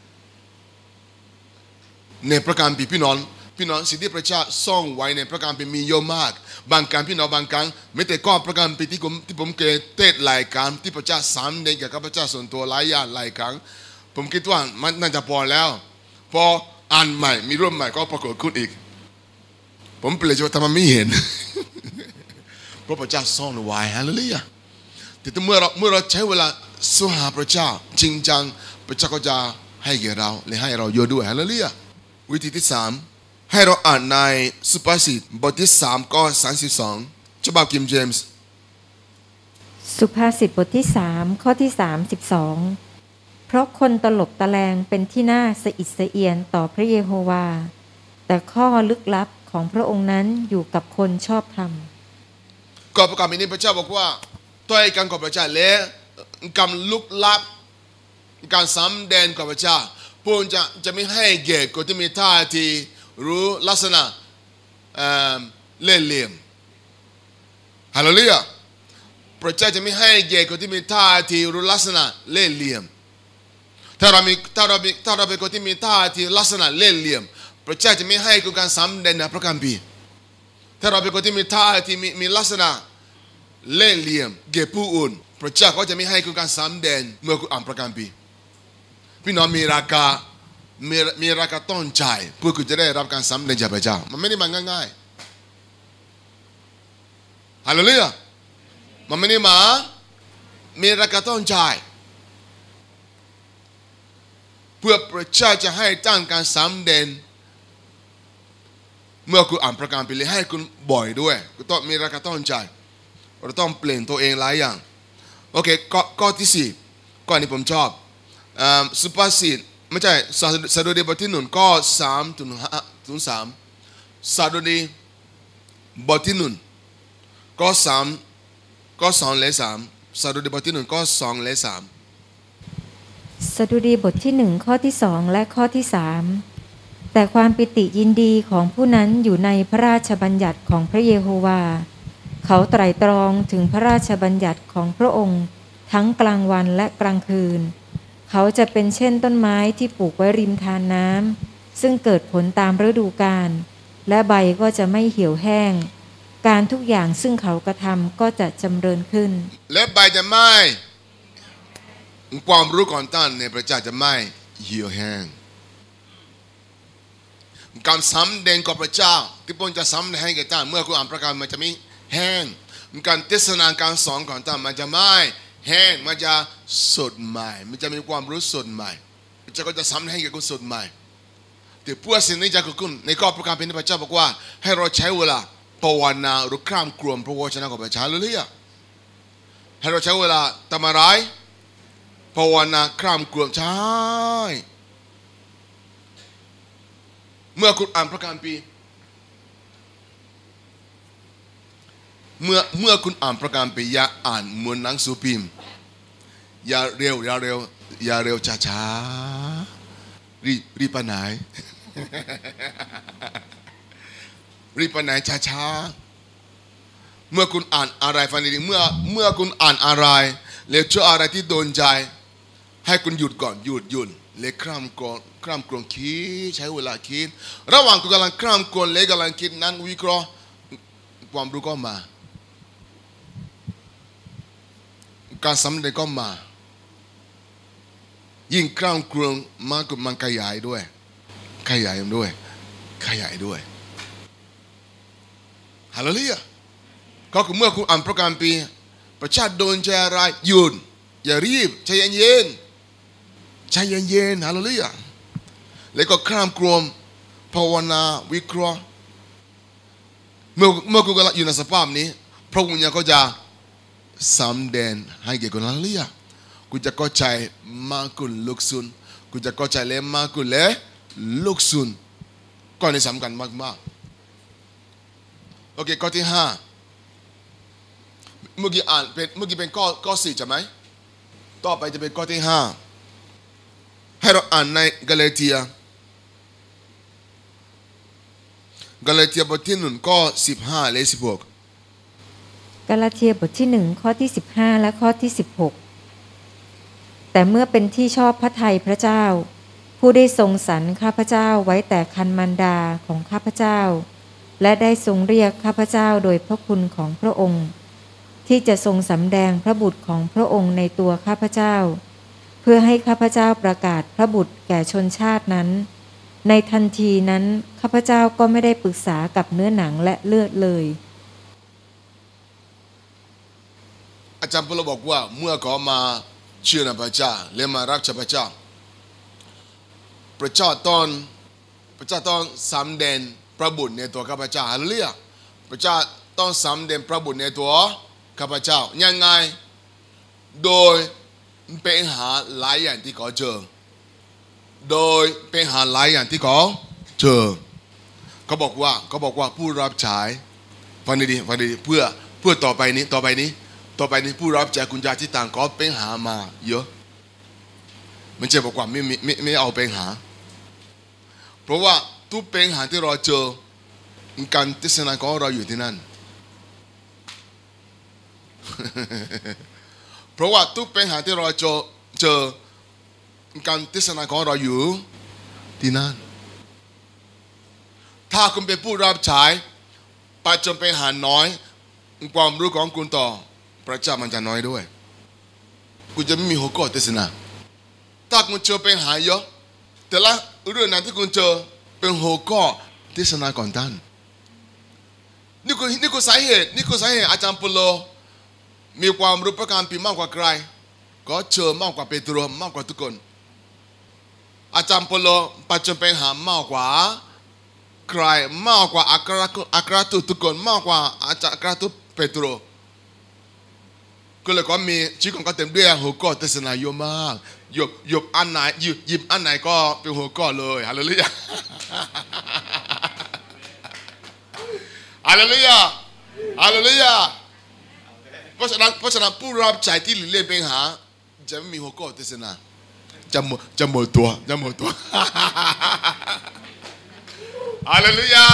ในพระการปีพี่น้องสิ่งที่พระเจ้าซ่อนไว้ในพระการปีมีเยอะมากบางครั้งพี่น้องบางครั้งไม่แต่ก็พระการปีที่ผมเคยเทศหลายครั้งที่พระเจ้าซ้ำในกับพระเจ้าส่วนตัวหลายอย่างหลายครั้งผมคิดว่ามันน่าจะพอแล้วพออ่านใหม่มีร่วมใหม่ก็ปรากฏขึ้นอีกผมเปลี่ยนใจว่าทำไมไม่เห็น เพราะพระเจ้าซ่อนไว้ฮาเลลูยาแต่เมื่อเราใช้เวลาสวงหาพระเจ้าจริงจังพระเจ้าก็จะให้แก่เราและให้เราเยอะด้วยฮาเลลูยาวิธีที่สามให้เราอ่านในสุภาษิตบทที่3ข้อ32ฉบับคิงเจมส์สุภาษิตบทที่3ข้อที่32เพราะคนตลบตะแลงเป็นที่น่าสะอิดสะเอียนต่อพระเยโฮวาแต่ข้อลึกลับของพระองค์นั้นอยู่กับคนชอบธรรมก่อนประกาศนี้พระเจ้าบอกว่าตัวเองการกับพระเจ้าและการลึกลับการซ้ำแดนกับพระเจ้าพระองค์จะไม่ให้แก่คนที่มีท่าทีรู้ลักษณะเล่ห์เหลี่ยมฮาเลลูยาพระเจ้าจะไม่ให้แก่คนที่มีท่าทีรู้ลักษณะเล่ห์เหลี่ยมถ้าเราเป็นคนที่มีท่าทีลักษณะเล่ห์เหลี่ยมพระเจ้าจะไม่ให้คุณการซ้ำเด่นในพระคัมภีร์ถ้าเราเป็นคนที่มีท่าทีมีลักษณะเล่ห์เหลี่ยมแก่ผู้อื่นพระเจ้าก็จะไม่ให้คุณการซ้ำเด่นเมื่อคุณอ่านพระคัมภีร์พี่น้องมีราคาต้องจ่ายเพื่อคุณจะได้รับการซ้ำเด่นจากพระเจ้ามันไม่ได้มาง่ายๆฮาเลลูยามันไม่ได้มามีราคาต้องจ่ายเพื่อพระเจ้าจะให้ตั้งการซ้ำเด่นเมื่อคุณอ่านพระคัมภีร์ให้คุณบ่อยด้วยก็ต้องมีราคาต้องจ่ายเราต้องเปลี่ยนตัวเองหลายอย่างโอเคข้อที่4ข้อนี้ผมชอบสุภาษิตไม่ใช่สดุดีบทที่1ข้อ3ถึง3สดุดีบทที่1ข้อ3ข้อ2และ3สดุดีบทที่1ข้อ2และ3 สดุดีบทที่1ข้อที่2และข้อที่3แต่ความปิติยินดีของผู้นั้นอยู่ในพระราชบัญญัติของพระเยโฮวาเขาไตร่ตรองถึงพระราชบัญญัติของพระองค์ทั้งกลางวันและกลางคืนเขาจะเป็นเช่นต้นไม้ที่ปลูกไว้ริมทานน้ำซึ่งเกิดผลตามฤดูกาลและใบก็จะไม่เหี่ยวแห้งการทุกอย่างซึ่งเขากระทำก็จะจำเริญขึ้นและใบจะไม่ความรู้ของท่านในพระเจ้าจะไม่เหี่ยวแห้งการซ้ำเด่นกับพระเจ้าที่พระองค์จะซ้ำให้แก่ท่านเมื่อคุณอ่านพระคัมภีร์มันจะไม่แห้งการเทศนาการสอนของท่านมันจะไม่แห้งมันจะสดใหม่มันจะมีความรู้สดใหม่พระเจ้าก็จะซ้ำให้แก่คุณสดใหม่แต่เพื่อสิ่งนี้จะเกิดขึ้นในข้อพระคัมภีร์พระเจ้าบอกว่าให้เราใช้เวลาภาวนาหรือคร่ำครวญพระวจนะของพระเจ้าเลยให้เราใช้เวลาทำอะไรภาวนาคร่ำครวญใช่เมื่อคุณอ่านพระคัมภีร์เมื่อคุณอ่านพระคัมภีร์อย่าอ่านเหมือนหนังสือพิมพ์อย่าเร็วช้ารีบไปไหน รีบไปไหนช้าเมื่อคุณอ่านอะไรฟังดีๆเมื่อคุณอ่านอะไรแล้วเจออะไรที่โดนใจให้คุณหยุดก่อนหยุดเลยคร่ำครวญคิดใช้เวลาคิดระหว่างคุณกำลังคร่ำครวญเลยกำลังคิดนั้นวิเคราะห์ความรู้ก็มาการสำเร็จก็มายิ่งกล้ามกรวงมากกว่ามันขยายด้วยขยายด้วยฮาเลลูยาก็คือเมื่อคุณอ่านพระคัมภีร์ประชาโดนใจอะไรหยุดอย่ารีบใจเย็นฮาเลลูยาแล้วก็กล้ามกรวงภาวนาวิเคราะห์เมื่อคุณกำลังอยู่ในสภาพนี้พระวิญญาณก็จะสำแดงให้แก่คุณฮาเลลูยาคุณจะเข้าใจมากขึ้นลึกซึ้งคุณจะเข้าใจเล่มากขึ้นและลึกซึ้งข้อนี้สำคัญมากๆโอเคข้อที่5เมื่อกี้เป็นข้อ4ใช่ไหมต่อไปจะเป็นข้อที่5ให้เราอ่านในกาลาเทียบทที่1ข้อ15และ16 กาลาเทียบทที่1ข้อที่15และข้อที่16แต่เมื่อเป็นที่ชอบพระทัยพระเจ้าผู้ได้ทรงสรรข้าพเจ้าไว้แต่คันมารดาของข้าพเจ้าและได้ทรงเรียกข้าพเจ้าโดยพระคุณของพระองค์ที่จะทรงสำแดงพระบุตรของพระองค์ในตัวข้าพเจ้าเพื่อให้ข้าพเจ้าประกาศพระบุตรแก่ชนชาตินั้นในทันทีนั้นข้าพเจ้าก็ไม่ได้ปรึกษากับเนื้อหนังและเลือดเลยอาจารย์เปาโลบอกว่าเมื่อเขามาเชื่อในพระเจ้าและมารับใช้พระเจ้าพระเจ้าต้องสำแดงพระบุตรในตัวข้าพเจ้าฮาเลลูยาพระเจ้าต้องสำแดงพระบุตรในตัวข้าพเจ้ายังไงโดยเป็นหาหลายอย่างที่เขาเจอเขาบอกว่าผู้รับใช้ฟังดีเพื่อต่อไปนี้ผู้รับใช้คุณยาที่ต่างก็เป็นหามาเยอะมันจะบอกว่าไม่เอาเป็นหาเพราะว่าทุกเป็นหาที่เราเจอการเทศนาของเราอยู่ที่นั่น เพราะว่าทุกเป็นหาที่เราเจอการเทศนาของเราอยู่ที่นั่นถ้าคุณเป็นผู้รับใช้ปัจจุบันเป็นหาน้อยความรู้ของคุณต่อพระเจ้ามันจะน้อยด้วยคุณจะไม่มีหัวข้อเทศนาถ้าคุณเจอเป็นหาเยอะแต่ละเรื่องนั้นที่คุณเจอเป็นหัวข้อเทศนาก่อนท่านนี่คือสาเหตุอาจารย์เปาโลมีความรู้ประการปีมากกว่าใครก็เจอมากกว่าเปโตรมากกว่าทุกคนอาจารย์เปาโลปัจจุบันเป็นหามากกว่าใครมากกว่าอัครทูตทุกคนมากกว่าอาจารย์อัครทูตเปโตรก็เลยก็มีชีวิตของเขาเต็มด้วยหัวข้อเทศนาเยอะมากหยิบอันไหนก็เป็นหัวข้อเลยฮาเลลูยาฮาเลลูยาเพราะฉะนั้นผู้รับใช้ที่เรียนเป็นหาจะไม่มีหัวข้อเทศนาจะหมดตัวฮาเลลูยา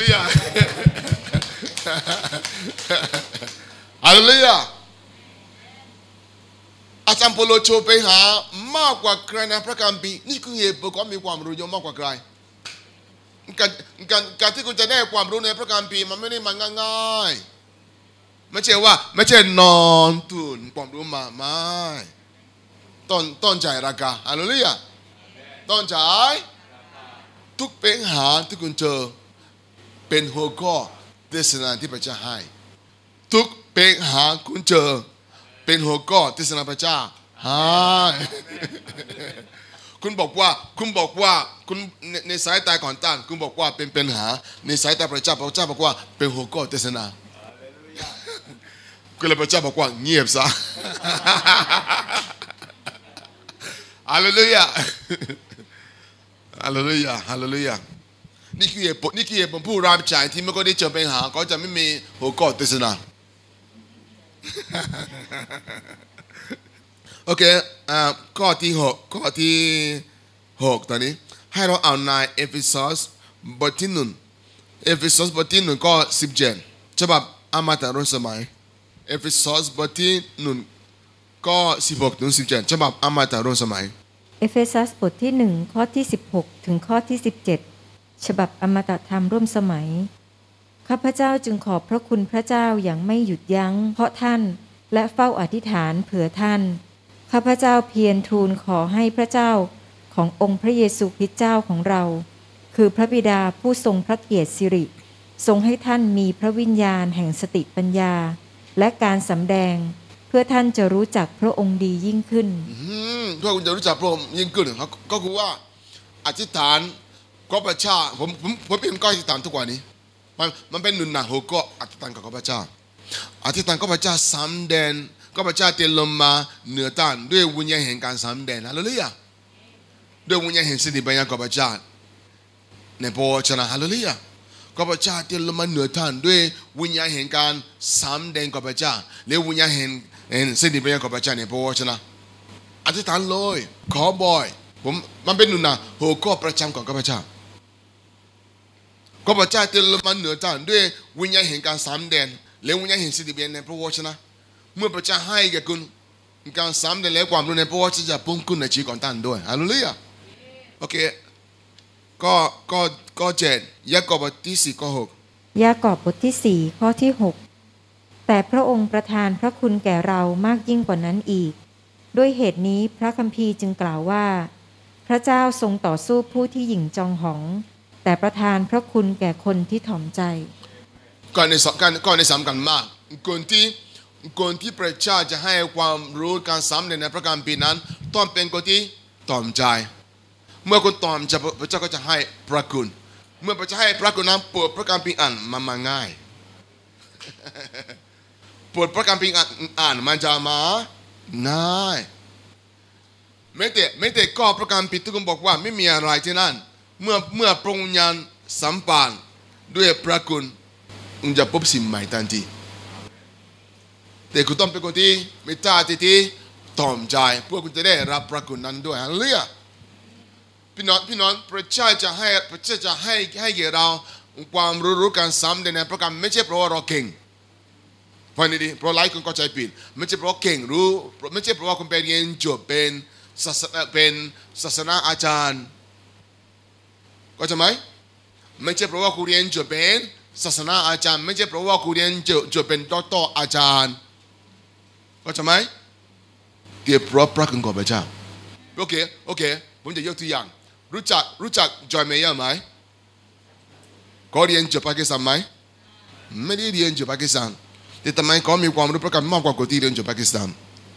อาจารย์เปาโลโชว์ไปหามากกว่าใครในพระคัมภีร์นี่คือเหตุผลที่มีความรู้เยอะมากกว่าใครการที่คุณจะได้ความรู้ในพระคัมภีร์มันไม่ได้มาง่ายๆไม่ใช่นอนตื่นความรู้มาไม่ต้นใจราคาฮาเลลูยาต้นใจทุกเป็นหาที่คุณเจอเป็นหัวข้อเทศนาที่พระเจ้าให้ทุกเป็นหาคุณเจอเป็นหัวข้อเทศนาพระเจ้าคุณบอกว่าคุณในสายตาของท่านคุณบอกว่าเป็นหาในสายตาพระเจ้าบอกว่าเป็นหัวข้อเทศนาก็เลยพระเจ้าบอกว่าเงียบซะฮาเลลูยานี่คือเหตุผลผู้รับใช้ที่ไม่ก็ได้เจอเป็นหาก็จะไม่มีหัวข้อเทศนาโอเคข้อที่6ตอนนี้ให้เราอ่านในเอเฟซัสบทที่1ข้อ17ฉบับอมตะรุ่นสมัยเอเฟซัสบทที่1ข้อ16ถึง17ฉบับอมตะรุ่นสมัยเอเฟซัสบทที่1ข้อที่16ถึงข้อที่17ฉบับอมตะธรรมร่วมสมัยข้าพเจ้าจึงขอบพระคุณพระเจ้าอย่างไม่หยุดยั้งเพราะท่านและเฝ้าอธิษฐานเผื่อท่านข้าพเจ้าเพียรทูลขอให้พระเจ้าขององค์พระเยซูคริสต์เจ้าของเราคือพระบิดาผู้ทรงพระเกียรติสิริทรงให้ท่านมีพระวิญญาณแห่งสติปัญญาและการสำแดงเพื่อท่านจะรู้จักพระองค์ดียิ่งขึ้นเพื่อคุณจะรู้จักพระองค์ยิ่งขึ้นก็คือว่าอธิษฐานก็พระเจ้าผมเป็นก็อธิษฐานทุกวันนี้มันเป็นหนุนหนักหัวก็อธิษฐานกับพระเจ้าอธิษฐานก็พระเจ้าสำแดงก็พระเจ้าเตรียมลงมาเหนือท่านด้วยวิญญาณแห่งการสำแดงฮาเลลูยาด้วยวิญญาณแห่งสติปัญญากับพระเจ้าในพระวจนะฮาเลลูยาก็พระเจ้าเตรียมลงมาเหนือท่านด้วยวิญญาณแห่งการสำแดงกับพระเจ้าและวิญญาณแห่งสติปัญญากับพระเจ้าในพระวจนะอธิษฐานเลยขอบ่อยผมมันเป็นหนุนหนักหัวก็ประจำของพระเจ้าก็พระเจ้าเตรียมลงมาเหนือท่านด้วยวิญญาณแห่งการสำแดงและวิญญาณแห่งสติปัญญาในพระวจนะเมื่อพระเจ้าให้แก่คุณการสำแดงและความรู้ในพระวจนะจะพุ่งขึ้นในชีวิตของท่านด้วยฮาเลลูยาโอเคก็7ยากอบบทที่4ข้อ6 ยากอบบทที่4ข้อที่6แต่พระองค์ประทานพระคุณแก่เรามากยิ่งกว่านั้นอีกด้วยเหตุนี้พระคัมภีร์จึงกล่าวว่าพระเจ้าทรงต่อสู้ผู้ที่หยิ่งจองหองแต่ประทานพระคุณแก่คนที่ถ่อมใจก่อนในสำคัญมากคนที่พระเจ้าจะให้ความรู้การสำเร็จในพระคัมภีร์นั้นต้องเป็นคนที่ถ่อมใจเมื่อคนถ่อมใจพระเจ้าก็จะให้พระคุณเมื่อพระเจ้าให้พระคุณนั้นเปิดพระคัมภีร์อ่านมันมาง่ายเปิดพระคัมภีร์อ่านมันจะมาง่ายไม่แต่ก็พระคัมภีร์ทุกคนบอกว่าไม่มีอะไรที่นั่นเมื่อพระวิญญาณสัมพันธ์ด้วยพระคุณคุณจะพบสิ่งใหม่ทันทีแต่คุณต้องเป็นคนที่มีท่าที่ถ่อมใจเพื่อคุณจะได้รับพระคุณนั้นด้วยฮาเลลูยาพี่น้องพระเจ้าจะให้แก่เราความรู้การสำแดงในพระคัมภีร์ไม่ใช่เพราะว่าเราเก่งฟังดีๆเพราะหลายคนเข้าใจผิดไม่ใช่เพราะเก่งรู้ไม่ใช่เพราะว่าคุณไปเรียนจบเป็นศาสนาอาจารย์ก็ใช่ไหมไม่ใช่เพราะว่าคุณเรียนจบเป็นศาสนาอาจารย์ไม่ใช่เพราะว่าคุณเรียนจบเป็นด็อกเตอร์อาจารย์ก็ใช่ไหมเกี่ยวกับพระคุณของพระเจ้าโอเคผมจะยกตัวอย่างรู้จักจอยเมย์ไหมเขาเรียนจบปากีสถานไหมไม่ได้เรียนจบปากีสถานแต่ทำไมเขามีความรู้ประกันมากกว่าคนที่เรียนจบปากีสถาน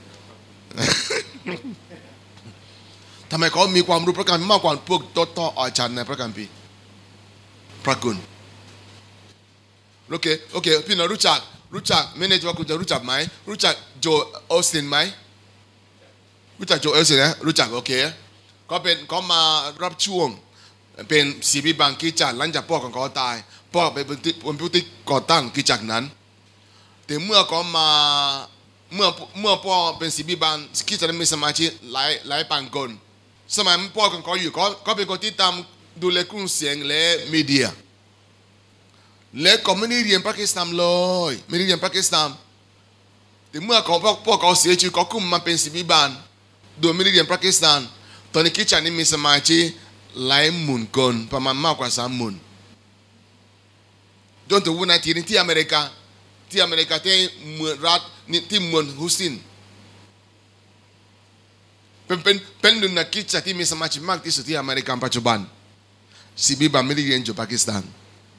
ทำไมเขามีความรู้ประกันมากกว่าพวกด็อกเตอร์อาจารย์ในพระคัมภีร์พระคุณโอเคพี่น้องรู้จักไม่แน่ใจว่าคุณจะรู้จักไหมรู้จักโจเอลสตินไหมรู้จักโจเอลสตินนะรู้จักโอเคเขามารับช่วงเป็นศิบิบังกิจการหลังจากพ่อของเขาตายพ่อเป็นผู้ที่ก่อตั้งกิจการนั้นแต่เมื่อเขามาเมื่อพ่อเป็นศิบิบังกิจการมีสมาชิกหลายพันคนสมัยพ่อของเขาอยู่เขาเป็นคนที่ทำดูแลเครื่องเสียงและมีเดียและก็ไม่ได้เรียนปากีสถานเลยไม่ได้เรียนปากีสถานแต่เมื่อพวกเขาเสียชีวิตเขาขึ้นมาเป็นศิบิบังโดยไม่ได้เรียนปากีสถานตอนนี้กิจการนี้มีสมาชิกหลายหมื่นคนประมาณมากกว่า30,000จนถึงวันนี้ที่อเมริกาที่เมืองรัฐที่เมืองฮูสตันเป็นหนึ่งในกิจการที่มีสมาชิกมากที่สุดที่อเมริกาปัจจุบันศิบิบังไม่ได้เรียนจบปากีสถาน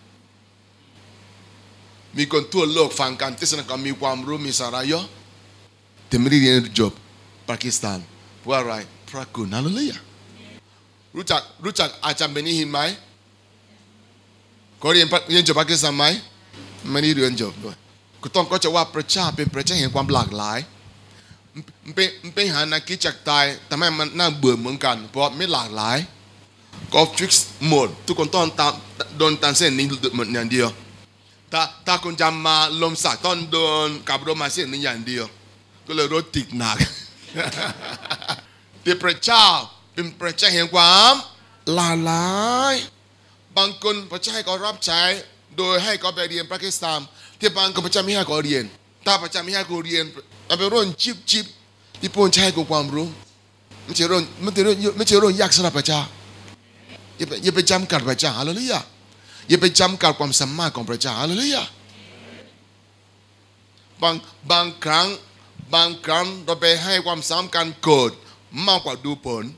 มีคนทั่วโลกฟังการเทศนาการมีความรู้มีสาระเยอะแต่ไม่ได้เรียนจบปากีสถานเพราะอะไรพระคุณฮาเลลูยารู้จักอาจารย์เบนิฮินไหมเขาเรียนจบปากีสถานไหมไม่ได้เรียนจบด้วยก็จะว่าพระเจ้าเป็นพระเจ้าแห่งความหลากหลายมันเป็นหานักกิจตายทำให้มันน่าเบื่อเหมือนกันเพราะไม่หลากหลายก็ฟิกซ์หมดทุกคนต้องโดนตันเส้นนี้เหมือนอย่างเดียวถ้าคุณจะมาลมสักต้องโดนกับรถมาเส้นนี้อย่างเดียวก็เลยรถติดหนักแต่พระเจ้าเป็นพระเจ้าแห่งความหลากหลายบางคนพระเจ้าให้เขารับใช้โดยให้เขาไปเรียนปากีสถานที่บางคนพระเจ้าไม่ให้เขาเรียนถ้าพระเจ้าไม่ให้เขาเรียนเอาไปร่นจิบที่พระองค์ใช้กับความรู้ไม่ใช่เรื่องยากสำหรับพระเจ้าอย่าไปจำกัดพระเจ้าฮาเลลูยาอย่าไปจำกัดความสามารถของพระเจ้าฮาเลลูยาบางครั้งบางครั้งเราไปให้ความสำคัญเกิดมากกว่าดูผล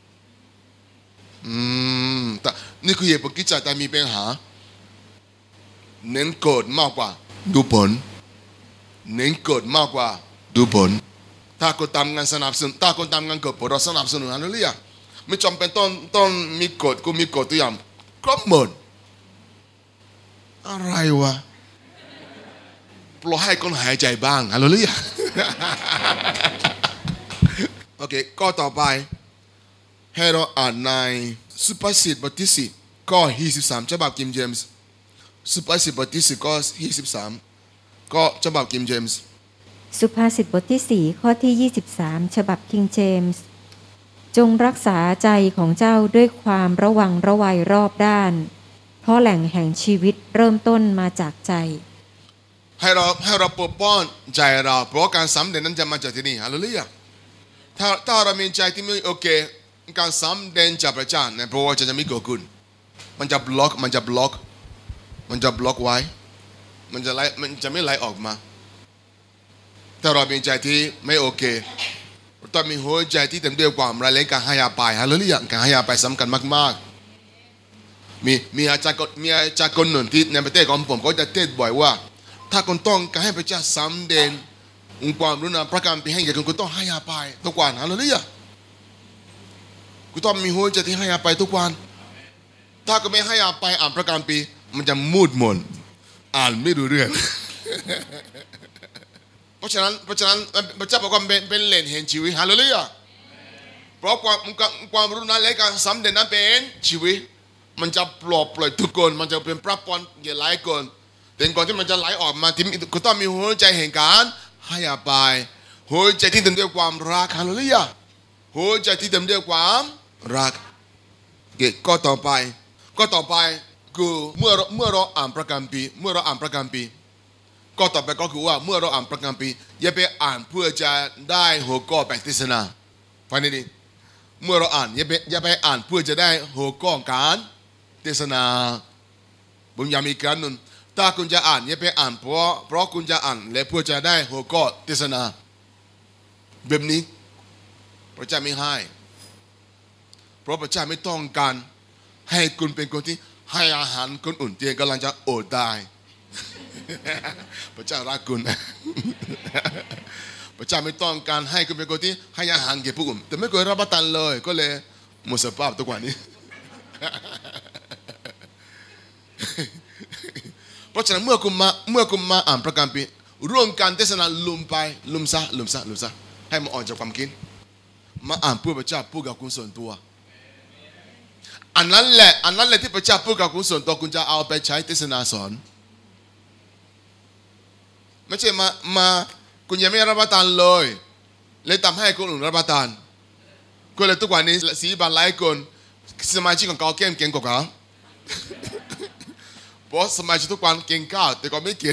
แต่นี่คือเหตุผลที่จะมีปัญหาเน้นเกิดมากกว่าดูผลเน้นเกิดมากกว่าดูผลถ้าคนทำงานสนับสนุนถ้าคนทำงานเกิดผลเราสนับสนุนนั่นเลยไม่จำเป็นต้องมีกฎก็มีกฎตัวอย่างครบหมดอะไรวะปล่อยให้คนหายใจบ้างอะไรเลยโอเคก็ต่อไปให้เราอ่านในสุภาษิตบทที่4ข้อ23ฉบับกิมเจมส์สุภาษิตบทที่4ข้อ23ก็ฉบับกิมเจมส์สุภาษิตบทที่4ข้อที่23ฉบับคิงเจมส์จงรักษาใจของเจ้าด้วยความระวังระวัยรอบด้านเพราะแหล่งแห่งชีวิตเริ่มต้นมาจากใจให้เราปกป้องใจเราเพราะการสำเร็จนั้นจะมาจากที่นี่ฮาเลลูยาถ้าเรามีใจที่ไม่โอเคการสำเร็จจากพระเจ้าเนี่ยเพราะว่าจะไม่เกิดขึ้นมันจะบล็อกไว้มันจะไม่ไหลออกมาถ้าเรามีใจที่ไม่โอเคต้องมีหัวใจที่เต็มด้วยความรักและการให้อภัยฮาเลลูยาการให้อภัยสำคัญมากๆมีอาจารย์คนหนึ่งที่ในประเทศของผมก็จะเทศบ่อยว่าถ้าคนต้องการให้พระเจ้าสำเร็จความรู้นะพระการไปให้แก่คนต้องให้อภัยทุกวันฮาเลลูยาคุณต้องมีหัวใจที่ให้อภัยทุกวันถ้าก็ไม่ให้อภัยอ่านพระการปีมันจะมืดมนอ่านไม่รู้เรื่องเพราะฉะนั้นพระเจ้าบอกว่าเป็นแหล่งแห่งชีวิตฮาเลลูยาเพราะความรู้นั้นและการสำเร็จนั้นเป็นชีวิตมันจะปลอบปล่อยทุกคนมันจะเป็นพระพรแก่หลายคนแต่ก่อนที่มันจะไหลออกมาที่คุณต้องมีหัวใจแห่งการให้อภัยหัวใจที่เต็มด้วยความรักฮาเลลูยาหัวใจที่เต็มด้วยความรักก็ต่อไปคือเมื่อเราอ่านพระคัมภีร์ก็ต่อไปก็คือว่าเมื่อเราอ่านพระคัมภีร์อย่าไปอ่านเพื่อจะได้หัวข้อแปลเทศนาฟังดีๆเมื่อเราอ่านอย่าไปอ่านเพื่อจะได้หัวข้อการเทศนาผมย้ำอีกครั้งหนึ่งถ้าคุณจะอ่านอย่าไปอ่านเพราะคุณจะอ่านและเพื่อจะได้หัวข้อเทศนาแบบนี้พระเจ้าไม่ให้เพราะพระเจ้าไม่ต้องการให้คุณเป็นคนที่ให้อาหารคนอื่นที่กำลังจะอดตายพระเจ้ารักคุณพระเจ้าไม่ต้องการให้คุณเป็นคนที่ให้อาหารแก่ผู้อื่นแต่ไม่เคยรับประทานเลยก็เลยหมดสภาพทุกวันนี้เพราะฉะนั้นเมื่อคุณมาอ่านพระคัมภีร์ร่วมกันเทศนาลืมซะให้มันออกจากความคิดมาอ่านเพื่อพระเจ้าพูดกับคุณส่วนตัวอันนั้นแหละที่พระเจ้าพูดกับคุณส่วนตัวคุณจะเอาไปใช้เทศนาสอนไม่ใช่มาคุณยังไม่รับประทานเลยเลยทำให้คนอื่นรับประทานก็เลยทุกวันนี้สีบานหลายคนสมาชิกของเขาเก่งกว่าเขาเพราะสมาชิกทุกวันเก่งข้าวแต่ก็ไม่เก่ง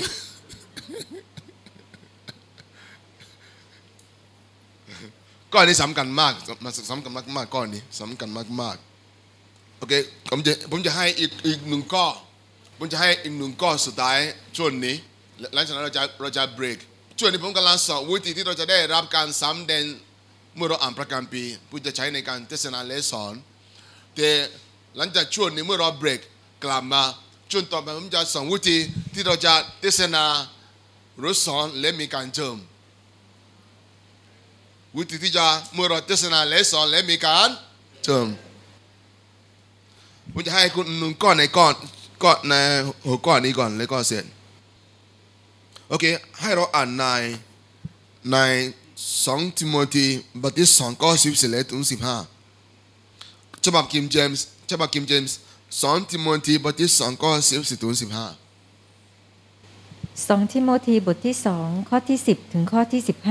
ก้อนนี้สำคัญมากก้อนนี้สำคัญมากโอเคผมจะให้อีกหนึ่งข้อผมจะให้อีกหนึ่งข้อสุดท้ายช่วงนี้หลังจากนั้นเราจะเบรกช่วงนี้ผมกำลังสอนวิธีที่เราจะได้รับการสำเร็จเมื่อเราอ่านพระคัมภีร์เพื่อจะใช้ในการเทศนาและสอนแต่หลังจากช่วงนี้เมื่อเราเบรกกลับมาช่วงต่อไปผมจะสอนวิธีที่เราจะเทศนาหรือสอนและมีการเจิมวิธีที่จะเมื่อเราเทศนาและสอนและมีการเจิมผมจะให้คุณหนึ่งก้อนในหัวข้อนี้ก่อนแล้วก็เสร็จโอเคให้เราอ่านใน2 ทิโมธีบทที่2ข้อ14ถึง15ฉบับคิมเจมส์2 ทิโมธีบทที่2ข้อ14ถึง15 2 ทิโมธีบทที่2ข้อที่10ถึงข้อที่15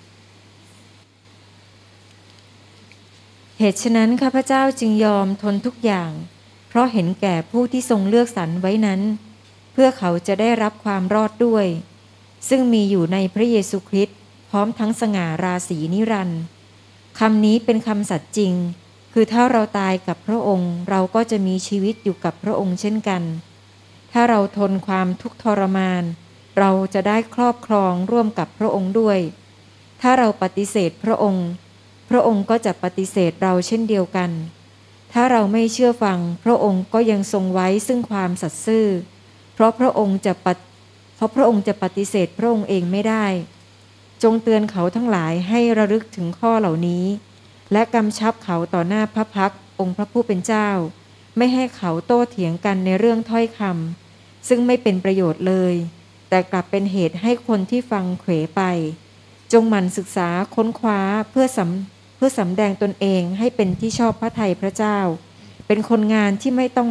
เหตุฉะนั้นข้าพเจ้าจึงยอมทนทุกอย่างเพราะเห็นแก่ผู้ที่ทรงเลือกสรรไว้นั้นเพื่อเขาจะได้รับความรอดด้วยซึ่งมีอยู่ในพระเยซูคริสต์พร้อมทั้งสง่าราศีนิรันดร์คำนี้เป็นคำสัตย์จริงคือถ้าเราตายกับพระองค์เราก็จะมีชีวิตอยู่กับพระองค์เช่นกันถ้าเราทนความทุกข์ทรมานเราจะได้ครอบครองร่วมกับพระองค์ด้วยถ้าเราปฏิเสธพระองค์พระองค์ก็จะปฏิเสธเราเช่นเดียวกันถ้าเราไม่เชื่อฟังพระองค์ก็ยังทรงไว้ซึ่งความสัตย์ซื่อเพราะพระองค์จะปฏิเสธพระองค์เองไม่ได้จงเตือนเขาทั้งหลายให้ระลึกถึงข้อเหล่านี้และกำชับเขาต่อหน้าพระพักตร์องค์พระผู้เป็นเจ้าไม่ให้เขาโต้เถียงกันในเรื่องถ้อยคำซึ่งไม่เป็นประโยชน์เลยแต่กลับเป็นเหตุให้คนที่ฟังเขวไปจงหมั่นศึกษาค้นคว้าเพื่อสำแดงตนเองให้เป็นที่ชอบพระทัยพระเจ้าเป็นคนงานที่ไม่ต้อง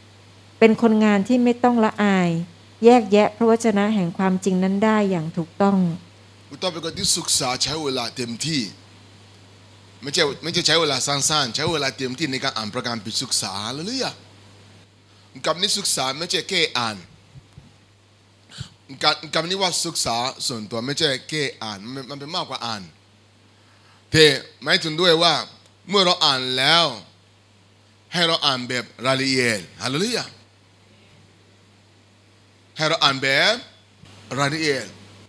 ละอายแยกแยะพระวจนะแห่งความจริงนั้นได้อย่างถูกต้องกูต้องเป็นคนที่ศึกษาใช้เวลาเต็มที่ไม่ใช่ใช้เวลาสั้นๆใช้เวลาเต็มที่ในการอ่านพระคัมภีร์ศึกษาหรือยังกับนี้ศึกษาไม่ใช่แค่อ่านกับนี้ว่าศึกษาส่วนตัวไม่ใช่แค่อ่านมันเป็นมากกว่าอ่านแต่หมายถึงด้วยว่าเมื่อเราอ่านแล้วให้เราอ่านแบบรายละเอียดฮาเลลูยาให้เราอ่านแบบรายละเอียด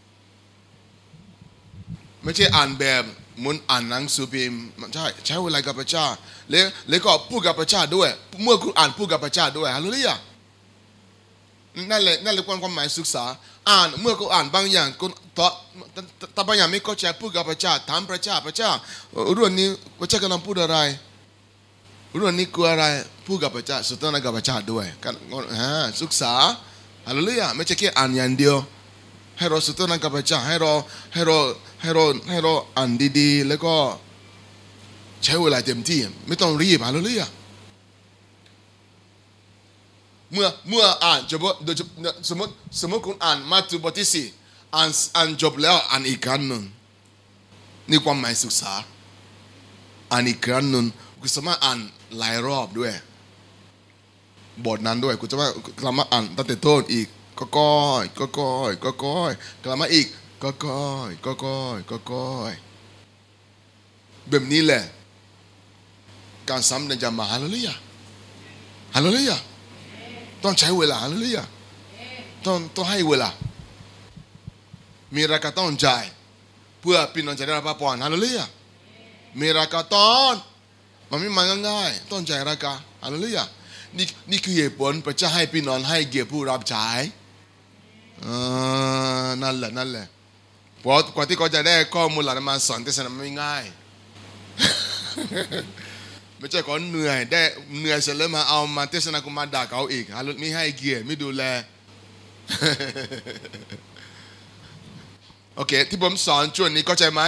ไม่ใช่อ่านแบบเหมือนอ่านหนังสือพิมพ์ใช้เวลากับพระเจ้าแล้วก็พูดกับพระเจ้าด้วยเมื่อคุณอ่านพูดกับพระเจ้าด้วยฮาเลลูยานั่นแหละความหมายศึกษาอ่านเมื่อคุณอ่านบางอย่างคุณต่บางอย่างไม่เข้าใจพูดกับพระเจ้าถามพระเจ้าเรื่องนี้พระเจ้ากำลังพูดอะไรเรื่องนี้คืออะไรพูดกับพระเจ้าสุดท้ายกับพระเจ้าด้วยศึกษาฮาเลลูยาไม่ใช่แค่อ่านอย่างเดียวให้เราสุดท้ายกับพระเจ้าให้เราอ่านดีๆแล้วก็ใช้เวลาเต็มที่ไม่ต้องรีบฮาเลลูยาเมื่ออ่านจบโดยสมมติคุณอ่านมาระโกบทที่4อ่านจบแล้วอ่านอีกครั้งหนึ่งนี่ความหมายศึกษาอ่านอีกครั้งหนึ่งคุณสามารถอ่านหลายรอบด้วยบทนั้นด้วยคุณจะสามารถอ่านตั้งแต่ต้นอีกก็กลับมาอีกก็แบบนี้แหละการซ้ำในจะมาฮาเลลูยาต้องใช้เวลาฮาเลลูยาต้องให้เวลามีราคาต้องจ่ายเพื่อพี่น้องจะได้รับพระพรฮาเลลูยามีราคาต้องมันไม่มาง่ายๆต้องจ่ายราคาฮาเลลูยานี่คือเหตุผลพระเจ้าให้พี่น้องให้เกียรติผู้รับใช้นั่นแหละเพราะกว่าที่เขาจะได้ข้อมูลเหล่านั้นมาสอนเทศนาไม่ง่ายไม่ใช่เขาเหนื่อยเสร็จแล้วมาเอามาเทศนากูมาด่าเขาอีกไม่ให้เกียรติไม่ดูแลโอเคที่ผมสอนช่วงนี้เข้าใจไหม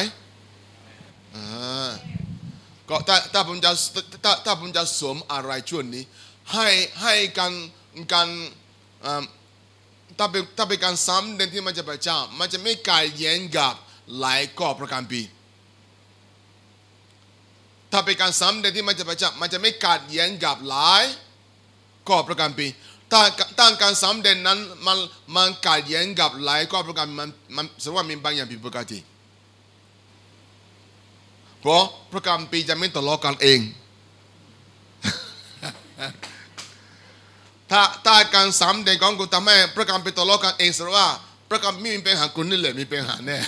ก็ถ้าผมจะสวมอะไรช่วงนี้ให้การถ้าเป็นการซ้ำเดินที่มันจะพระเจ้ามันจะไม่ขัดแย้งกับหลายข้อพระคัมภีร์ถ้าเป็นการซ้ำเดินที่มันจะพระเจ้ามันจะไม่ขัดแย้งกับหลายข้อพระคัมภีร์ถ้าการซ้ำเดินนั้นมันขัดแย้งกับหลายข้อพระคัมภีร์มันแสดงว่ามีบางอย่างผิดปกติเพราะพระคัมภีร์จะไม่ทะเลาะกันเองถ้าการซ้ำเดินของคุณทำให้พระคัมภีร์ทะเลาะกันเองแสดงว่าพระคัมภีร์มีปัญหาคุณนี่แหละมีปัญหาแน่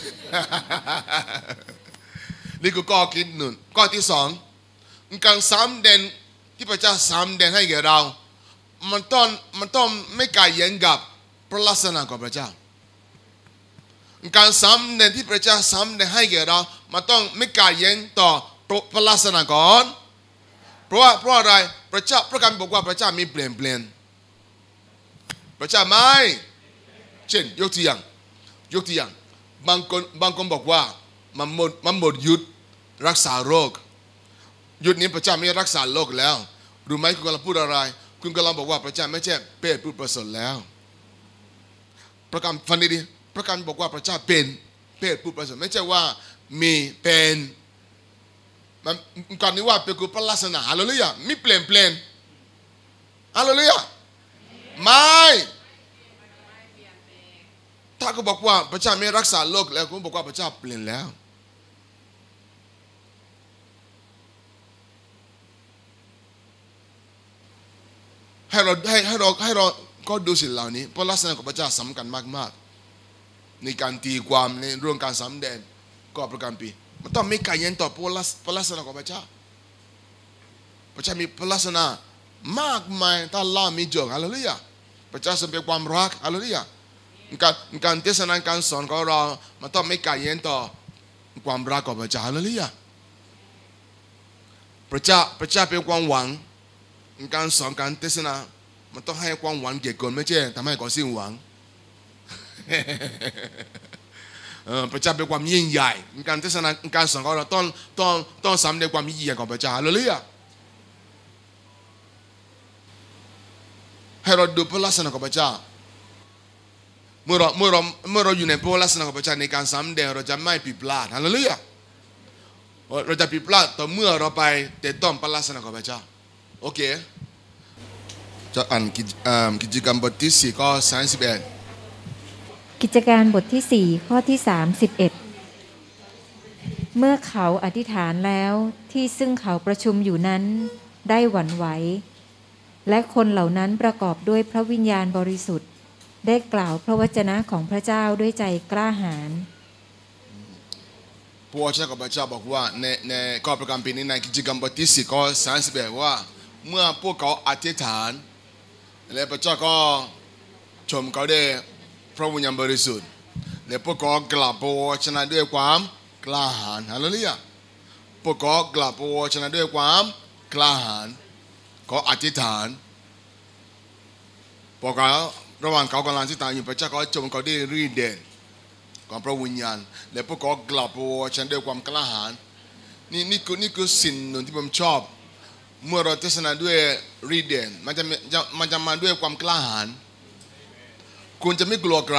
นี่คือข้อคิดหนึ่งข้อที่สองการซ้ำเดินที่พระเจ้าซ้ำเดินให้แก่เรามันต้องไม่ขัดแย้งกับพระลักษณะของพระเจ้าการซ้ำเดินที่พระเจ้าซ้ำเดินให้แก่เรามันต้องไม่ขัดแย้งต่อพระลักษณะก่อนเพราะอะไรพระคัมภีร์บอกว่าพระเจ้ามีเปลี่ยนพระเจ้าไม่เช่นยกตัวอย่างบางคนบอกว่ามันหมดยุทธรักษาโรคยุทธนี้พระเจ้าไม่รักษาโรคแล้วรู้ไหมคุณกำลังพูดอะไรคุณกำลังบอกว่าพระเจ้าไม่ใช่เป็นผู้ประเสริฐแล้วประการฟังดีๆประการบอกว่าพระเจ้าเป็นผู้ประเสริฐไม่ใช่ว่ามีเป็นมันก่อนนี้ว่าเป็นกุศลลักษณะฮาเลลูยาไม่เปลี่ยนฮาเลลูยาไม่ถ้าเขาบอกว่าพระเจ้าไม่รักษาโรคแล้วคุณบอกว่าพระเจ้าเปลี่ยนแล้วให้เราก็ดูสิ่งเหล่านี้เพราะลักษณะของพระเจ้าสำคัญมากๆในการตีความในเรื่องการสำแดงก็ประการปีมันต้องมีการเย็นต่อพระลักษณะของพระเจ้าพระเจ้ามีพระลักษณะมากมายถ้าล่ามีจงฮาเลลูยาพระเจ้าทรงเป็นความรักฮาเลลูยาการเทศนาการสอนของเรามันต้องมีการเย็นต่อความรักของพระเจ้าฮาเลลูยาพระเจ้าเป็นความหวังการสอนการเทศนามันต้องให้ความหวังแก่คนไม่ใช่ทำให้คนสิ้นหวัง พระเจ้าเป็นความยิ่งใหญ่การเทศนาการสอนของเราต้องสำเร็จความยิ่งใหญ่ของพระเจ้าฮาเลลูยาให้เราดูพระลักษณะของพระเจ้าเมื่อเราอยู่ในพระลักษณะของพระเจ้าในการสำแดงเราจะไม่ผิดพลาดฮาเลลูยาเราจะผิดพลาดต่อเมื่อเราไปแต่ต้องพระลักษณะของพระเจ้าโอเคจะอ่านกิจกรรมบทที่4ข้อ31 กิจการบทที่4ข้อที่31เมื่อเขาอธิษฐานแล้วที่ซึ่งเขาประชุมอยู่นั้นได้หวั่นไหวและคนเหล่านั้นประกอบด้วยพระวิญญาณบริสุทธิ์ได้กล่าวพระวจนะของพระเจ้าด้วยใจกล้าหาญพระวจนะของพระเจ้าบอกว่าในข้อประการปีนี้ในกิจกรรมบทที่4ข้อ31ว่าเมื่อพวกเขาอธิษฐานและพระเจ้าก็ชมเขาด้วยพระวิญญาณบริสุทธิ์และพวกเขากล่าวพระวจนะด้วยความกล้าหาญฮาเลลูยาพวกเขากล่าวพระวจนะด้วยความกล้าหาญเขาอธิษฐานพวกเขาระหว่างเขากำลังอธิษฐานอยู่พระเจ้าก็ชมเขาด้วยฤทธิ์เดชของพระวิญญาณและพวกเขากล่าวพระวจนะด้วยความกล้าหาญนี่คือสิ่งหนึ่งที่ผมชอบเมื่อเราเทศนาด้วยฤทธิ์เดชมันจะมาด้วยความกล้าหาญคุณจะไม่กลัวใคร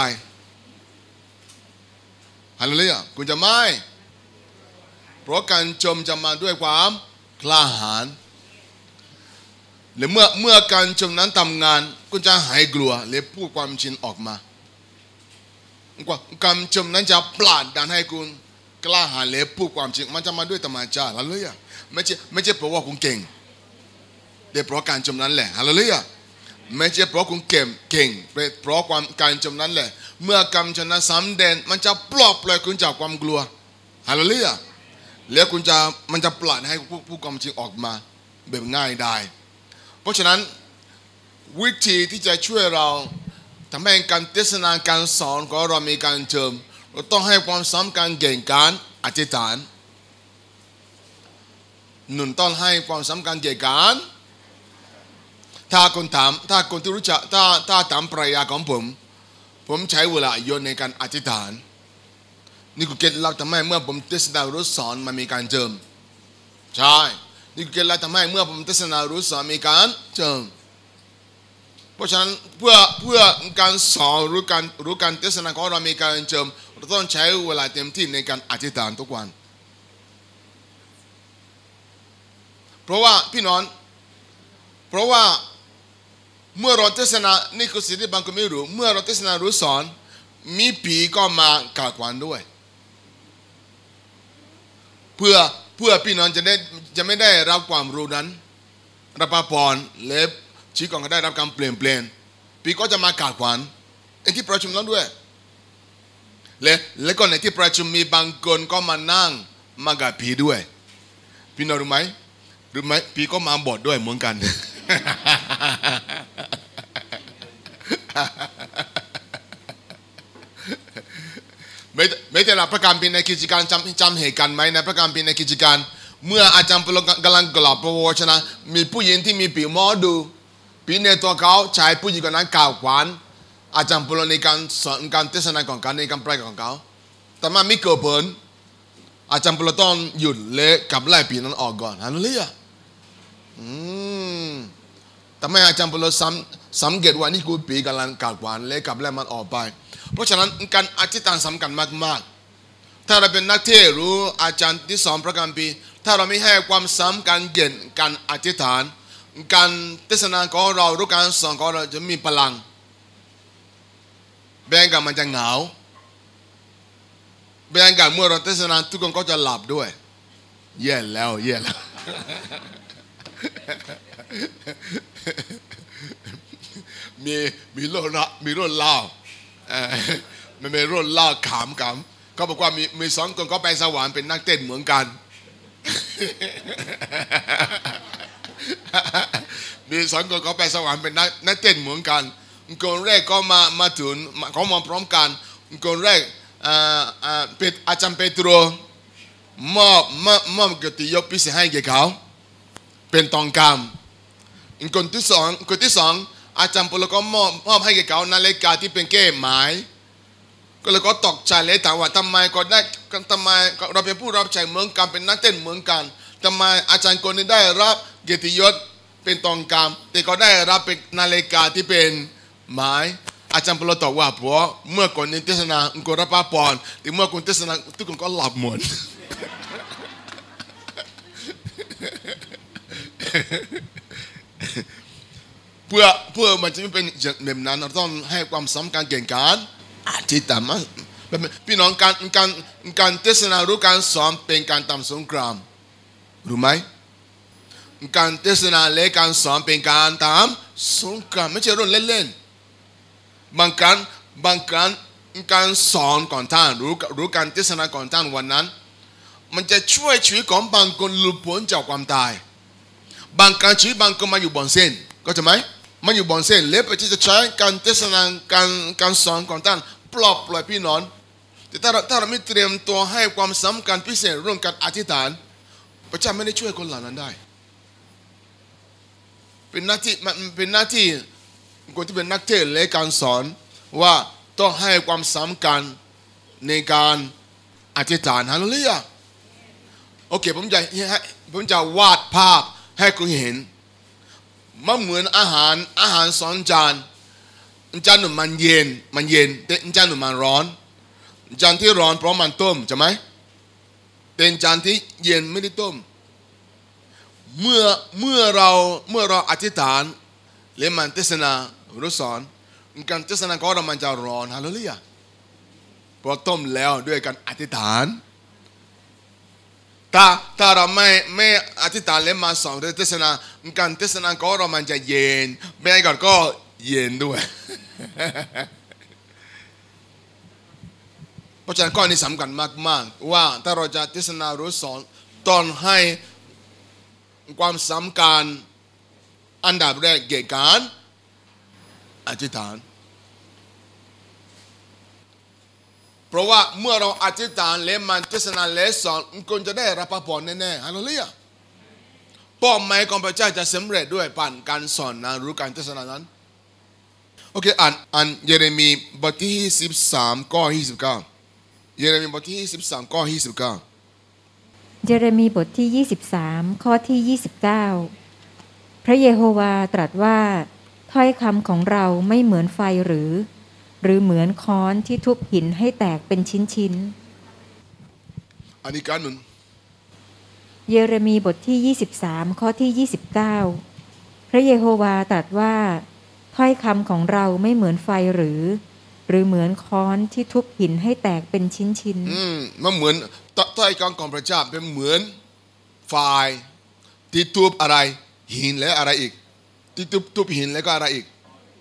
ฮาเลลูยาคุณจะไม่เพราะการชมจะมาด้วยความกล้าหาญหรือเมื่อการชมนั้นทำงานคุณจะหายกลัวและพูดความจริงออกมาการชมนั้นจะปลาดดันให้คุณกล้าหาญและพูดความจริงมันจะมาด้วยธรรมชาติฮาเลลูยาไม่ใช่เพราะว่าคุณเก่งแต่เพราะการชมนั้นแหละฮาเลลูยาไม่ใช่เพราะคุณเก่งเพราะการชมนั้นแหละเมื่อการชมนั้นสำแดงมันจะปลอบปล่อยคุณจากความกลัวฮาเลลูยาแล้วมันจะปลาดให้พูดความจริงออกมาแบบง่ายได้เพราะฉะนั้นวิธีที่จะช่วยเราทำให้การเทศนาการสอนของเรามีการเจิมเราต้องให้ความสำคัญแก่การอธิษฐานต้องให้ความสำคัญแก่การถ้าคนที่รู้จักถ้าถามภรรยาของผมใช้เวลาเยอะในการอธิษฐานนี่คือเคล็ดลับทำให้เมื่อผมเทศนาหรือสอนมันมีการเจิมใช่นี่คือเคล็ดลับทำให้เมื่อผมเทศนาหรือสอนมีการเจิมเพราะฉะนั้นเพื่อการสอนหรือการเทศนาของเรามีการเจิมเราต้องใช้เวลาเต็มที่ในการอธิษฐานทุกวันเพราะว่าพี่น้องเพราะว่าเมื่อเราเทศนานี่คือสิ่งที่บางคนไม่รู้เมื่อเราเทศนาหรือสอนมีผีก็มากัดกวานด้วยเพื่อพี่น้องจะไม่ได้รับความรู้นั้นรับพรและชีวิตของเขาได้รับการเปลี่ยนผีก็จะมากัดกวานในที่ประชุมนั้นด้วยและก็ในที่ประชุมมีบางคนก็มานั่งมากับผีด้วยพี่น้องรู้ไหมผีก็มาบอดด้วยเหมือนกันไม่แต่ละพระการเป็นในกิจการจำเหตุการณ์ไหมในพระการเป็นในกิจการเมื่ออาจารย์ปลกำลังกล่าวพระวจนะมีผู้หญิงที่มีผีหมอดูผีในตัวเขาชายผู้หญิงคนนั้นกล่าวขวัญอาจารย์ปลในการสอนการเทศนาของเขาในการแปลของเขาแต่มันไม่เกิดผลอาจารย์ปลต้องหยุดและขับไล่ผีนั้นออกก่อนฮาเลลูยาแต่ไม่อาจารย์ปลสังเกตว่านี่คือผีกำลังกัดกวานและกับไล่มันออกไปเพราะฉะนั้นการอธิษฐานสำคัญมากๆถ้าเราเป็นนักเทศหรืออาจารย์ที่สอนพระคัมภีร์ถ้าเราไม่ให้ความสำคัญเกี่ยวกับการอธิษฐานการเทศนาของเราหรือการสอนของเราจะมีพลังแบ่งกันมันจะเหงาแบ่งกันเมื่อเราเทศนาทุกคนก็จะหลับด้วยแย่แล้วมีโรคเล่ามันมีโรคเล่าขำเขาบอกว่ามีสองคนเขาไปสวรรค์เป็นนักเต้นเหมือนกัน มีสองคนเขาไปสวรรค์เป็นนักเต้นเหมือนกันคนแรกก็มาถึงเขามาพร้อมกันคนแรกเป็นอาจารย์เปโตรมอบเกียรติยศพิเศษให้แก่เขาเป็นทองคำคนที่สองอาจารย์เปโตรก็มอบให้แก่เขานาฬิกาที่เป็นแก้หมายก็เลยก็ตกใจเลยถามว่าทำไมเราเป็นผู้รับใช้เหมือนกันเป็นนักเต้นเหมือนกันทำไมอาจารย์คนนี้ได้รับเกียรติยศเป็นทองคำแต่ก็ได้รับเป็นนาฬิกาที่เป็นหมายอาจารย์เปโตรตอบว่าเพราะเมื่อก่อนนี้เทศนาก็รับพระพรแต่เมื่อคนเทศนาทุกคนก็หลับหมด เพื่อมันจะไม่เป็นแบบนั้นเราต้องให้ความสำคัญเกี่ยวกับการอธิษฐานพี่น้องการเทศนาหรือการสอนเป็นการทำสงครามรู้ไหมการเทศนาและการสอนเป็นการทำสงครามไม่ใช่เรื่องเล่นๆบางครั้งการสอนก่อนท่านหรือการเทศนาก่อนท่านวันนั้นมันจะช่วยชีวิตของบางคนหลุดพ้นจากความตายบางการชีวิตบางคนมาอยู่บนเส้นก็ใช่ไหมมันอยู่บนเส้นเล็บที่จะใช้การเทศนาการสอนของท่านปลอบปล่อยพี่น้องแต่ถ้าเราไม่เตรียมตัวให้ความสำคัญพิเศษเรื่องการอธิษฐานพระเจ้าไม่ได้ช่วยคนเหล่านั้นได้เป็นหน้าที่คนที่เป็นนักเทศและการสอนว่าต้องให้ความสำคัญในการอธิษฐานฮาเลลูยาโอเคผมจะวาดภาพให้คุณเห็นมันเหมือนอาหารสองจานหนึ่งมันเย็นแต่จานหนึ่งมันร้อนจานที่ร้อนเพราะมันต้มใช่ไหมแต่จานที่เย็นไม่ได้ต้มเมื่อเราอธิษฐานหรือมันเทศนาหรือสอนการเทศนาของเรามันจะร้อนฮาเลลูยาเพราะต้มแล้วด้วยการอธิษฐานถ้าเราไม่อธิษฐานและมาสอนเทศนาการเทศนาของเรามันจะเย็นไม่งั้นก็เย็นด้วย เพราะฉะนั้นข้อนี้สำคัญมากๆว่าถ้าเราจะเทศนาหรือสอนต้องให้ความสำคัญอันดับแรกเกี่ยวกับการอธิษฐานเพราะว่าเมื่อเราอธิษฐานและมันเทศนาและสอนคนจะได้รับพระพรแน่ๆฮาเลลูยาเป้าหมายของพระเจ้าจะสำเร็จด้วยผ่านการสอนนะหรือการเทศนานั้นโอเคอ่านเยเรมีบทที่13ข้อ29เยเรมีบทที่13ข้อ29 เยเรมีบทที่23ข้อที่29พระเยโฮวาตรัสว่าถ้อยคำของเราไม่เหมือนไฟหรือเหมือนค้อนที่ทุบหินให้แตกเป็นชิ้นๆอันนี้การหนึ่งเยเรมีบทที่23ข้อที่29พระเยโฮวาตรัสว่าถ้อยคำของเราไม่เหมือนไฟหรือเหมือนค้อนที่ทุบหินให้แตกเป็นชิ้นๆมันเหมือนถ้อยคำของพระเจ้าเป็นเหมือนไฟที่ทุบอะไรหินและอะไรอีกที่ทุบหินแล้วก็อะไรอีก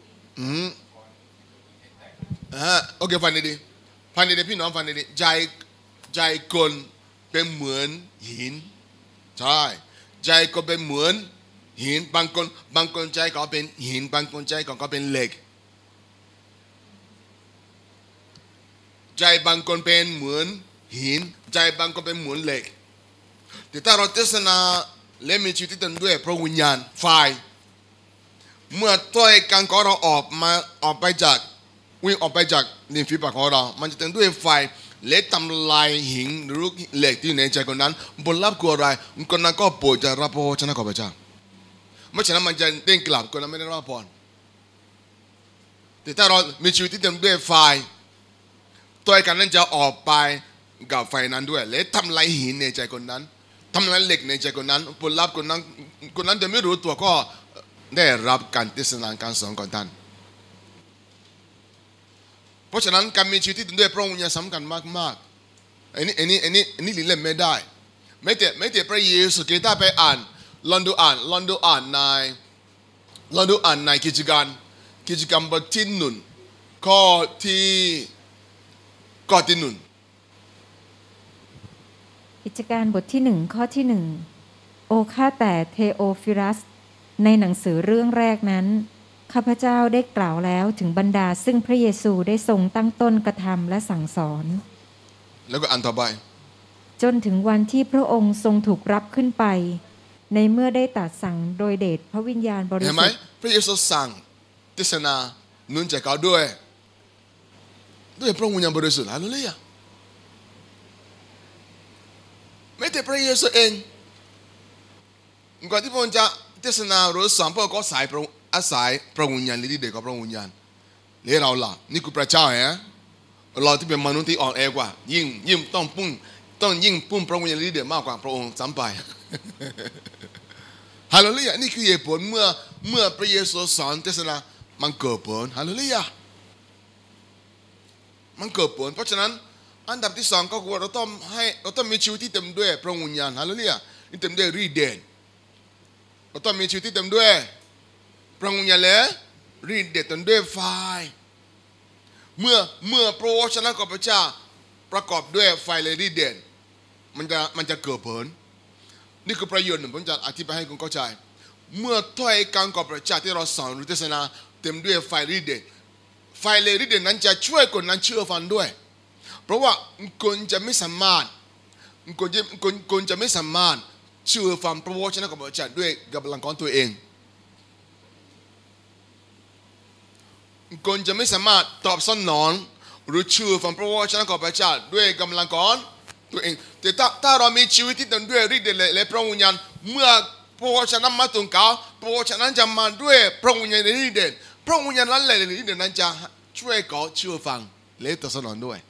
โอเคฟังดีพี่น้องฟังดีใจคนเป็นเหมือนหินใช่ใจคนเป็นเหมือนหินบางคนใจเขาเป็นหินบางคนใจเขาเป็นเหล็กใจบางคนเป็นเหมือนหินใจบางคนเป็นเหมือนเหล็กแต่ถ้าเราเทศนาและมีชีวิตที่เต็มด้วยพระวิญญาณไฟเมื่อถ้อยคำของเราออกไปจากวิ่งออกไปจากลิ้นฝีปากของเรามันจะเต็มด้วยไฟและทำลายหินหรือเหล็กที่อยู่ในใจคนนั้นผลลัพธ์คืออะไรคนนั้นก็ป่วยจะรับพระชนะของพระเจ้าไม่ฉะนั้นมันจะเด้งกลับคนนั้นไม่ได้รับพรแต่ถ้าเรามีชีวิตที่เต็มด้วยไฟถ้อยคำนั้นจะออกไปกับไฟนั้นด้วยและทำลายหินในใจคนนั้นทำลายเหล็กในใจคนนั้นผลลัพธ์คนนั้นจะไม่รู้ตัวก็ได้รับการเทศนาการสอนของท่านเพราะฉะนั้นการมีชีวิตที่ด้วยพระองค์สำคัญมากๆอันนี้หลีกเล่นไม่ได้ไม่แต่พระเยซูคริสต์ไปอ่านลองดูอ่านในกิจการบทที่1ข้อที่1 จการบทที่1ข้อที่1โอข้าแต่เทโอฟิลัสในหนังสือเรื่องแรกนั้นข้าพเจ้าได้กล่าวแล้วถึงบรรดาซึ่งพระเยซูได้ทรงตั้งต้นกระทำและสั่งสอนแล้วก็อันต่อไปจนถึงวันที่พระองค์ทรงถูกรับขึ้นไปในเมื่อได้ตรัสสั่งโดยเดชพระวิญญาณบริสุทธิ์เห็นไหมพระเยซูสั่งเทศนานุนใจเขาด้วยพระวิญญาณบริสุทธิ์ฮาเลลูยาไม่แต่พระเยซูเองก่อนที่พระองค์จะเทศนาหรือสอนพระองค์ก็อาศัยพระวิญญาณฤทธิ์เดชของพระวิญญาณเลี้ยเราล่ะนี่คือพระเจ้าฮะเราที่เป็นมนุษย์ที่อ่อนแอกว่ายิ่งต้องยิ่งพุ่งพระวิญญาณฤทธิ์เดชมากกว่าพระองค์ซ้ำไปฮาเลลูยานี่คือเหตุผลเมื่อพระเยซูสอนเทศนามันเกิดผลฮาเลลูยามันเกิดผลเพราะฉะนั้นอันดับที่สองก็คือเราต้องมีชีวิตที่เต็มด้วยพระวิญญาณฮาเลลูยาที่เต็มด้วยฤทธิ์เดชเราต้องมีชีวิตที่เต็มด้วยพระวิญญาณและฤทธิ์เดชเต็มด้วยไฟเมื่อพระวจนะของพระเจ้าประกอบด้วยไฟและฤทธิ์เดชมันจะเกิดผลนี่คือประโยชน์หนึ่งผมจะอธิบายให้คุณเข้าใจเมื่อถ้อยคำของพระเจ้าที่เราสอนหรือเทศนาเต็มด้วยไฟฤทธิ์เดชไฟและฤทธิ์เดชนั้นจะช่วยคนนั้นเชื่อฟังด้วยเพราะว่าคนจะไม่สามารถเชื่อฟังพระวจนะของพระเจ้าด้วยกำลังของตัวเองคนจะไม่สามารถตอบสนองหรือเชื่อฟังพระวจนะของพระเจ้าด้วยกำลังของตัวเองแต่ถ้าเรามีชีวิตที่เต็มด้วยฤทธิ์เดชและพระวิญญาณเมื่อพระวจนะมาถึงเขาพระวจนะจะมาด้วยพระวิญญาณและฤทธิ์เดชพระวิญญาณนั้นและฤทธิ์เดชนั้นจะช่วยเขาเชื่อฟังและตอบสนองด้วย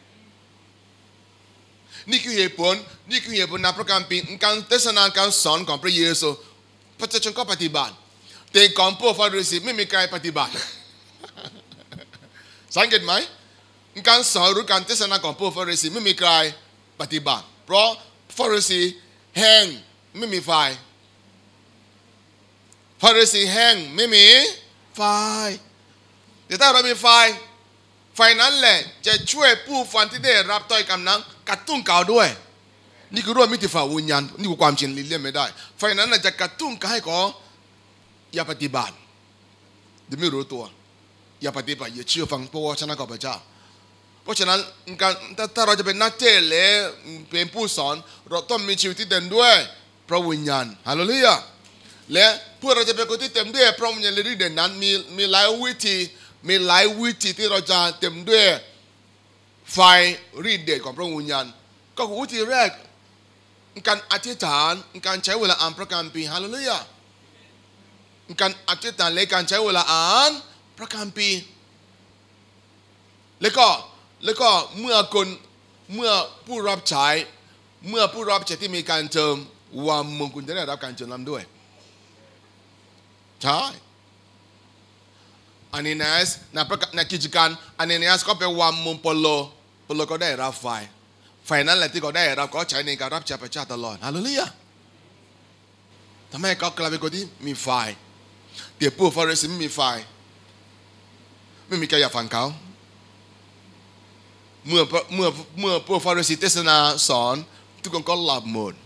นี่คือเหตุผลในพระคัมภีร์การเทศนาการสอนของพระเยซูประชาชนก็ปฏิบัติแต่ก่อนพวกฟาริสีไม่มีใครปฏิบัติสังเกตไหมการสอนหรือการเทศนาของพวกฟาริสีไม่มีใครปฏิบัติเพราะฟาริสีแห้งไม่มีไฟฟาริสีแห้งไม่มีไฟแต่ถ้าเรามีไฟนั้นแหละจะช่วยผู้ฟังที่ได้รับถ้อยคำนั้นกระตุ้นเขาด้วยนี่คือเรื่องมิติฝ่าวิญญาณนี่คือความจริงเลี่ยงไม่ได้ไฟนั้นจะกระตุ้นเขาให้เขาอย่าปฏิบัติโดยไม่รู้ตัวอย่าปฏิบัติอย่าเชื่อฟังพระวจนะของพระเจ้าเพราะฉะนั้นถ้าเราจะเป็นนักเทศน์และเป็นผู้สอนเราต้องมีชีวิตที่เต็มด้วยพระวิญญาณฮาเลลูยาและเพื่อเราจะเป็นคนที่เต็มด้วยพระวิญญาณและฤทธิ์เดชนั้นมีหลายวิธีที่เราจะเต็มด้วยไฟฤทธิ์เดชของพระวิญญาณก็คือวิธีแรกการอธิษฐานการใช้เวลาอ่านพระคัมภีร์ฮาเลลูยาการอธิษฐานและการใช้เวลาอ่านพระคัมภีร์แล้วก็เมื่อผู้รับใช้ที่มีการเจิมวันมงคลจะได้รับการเจิมนำด้วยใช่อานินัสในกิจการอานินัสก็เป็นวันมงคลโปโลก็ได้รับไฟนั้นแหละที่เขาได้รับก็ใช้ในการรับใช้พระเจ้าตลอดฮาเลลูยาทำให้เขากลายเป็นคนที่มีไฟแต่พวกฟาริสีไม่มีไฟไม่มีใครอยากฟังเขาเมื่อพวกฟาริสีเทศนาสอนทุกคนก็หลับหมด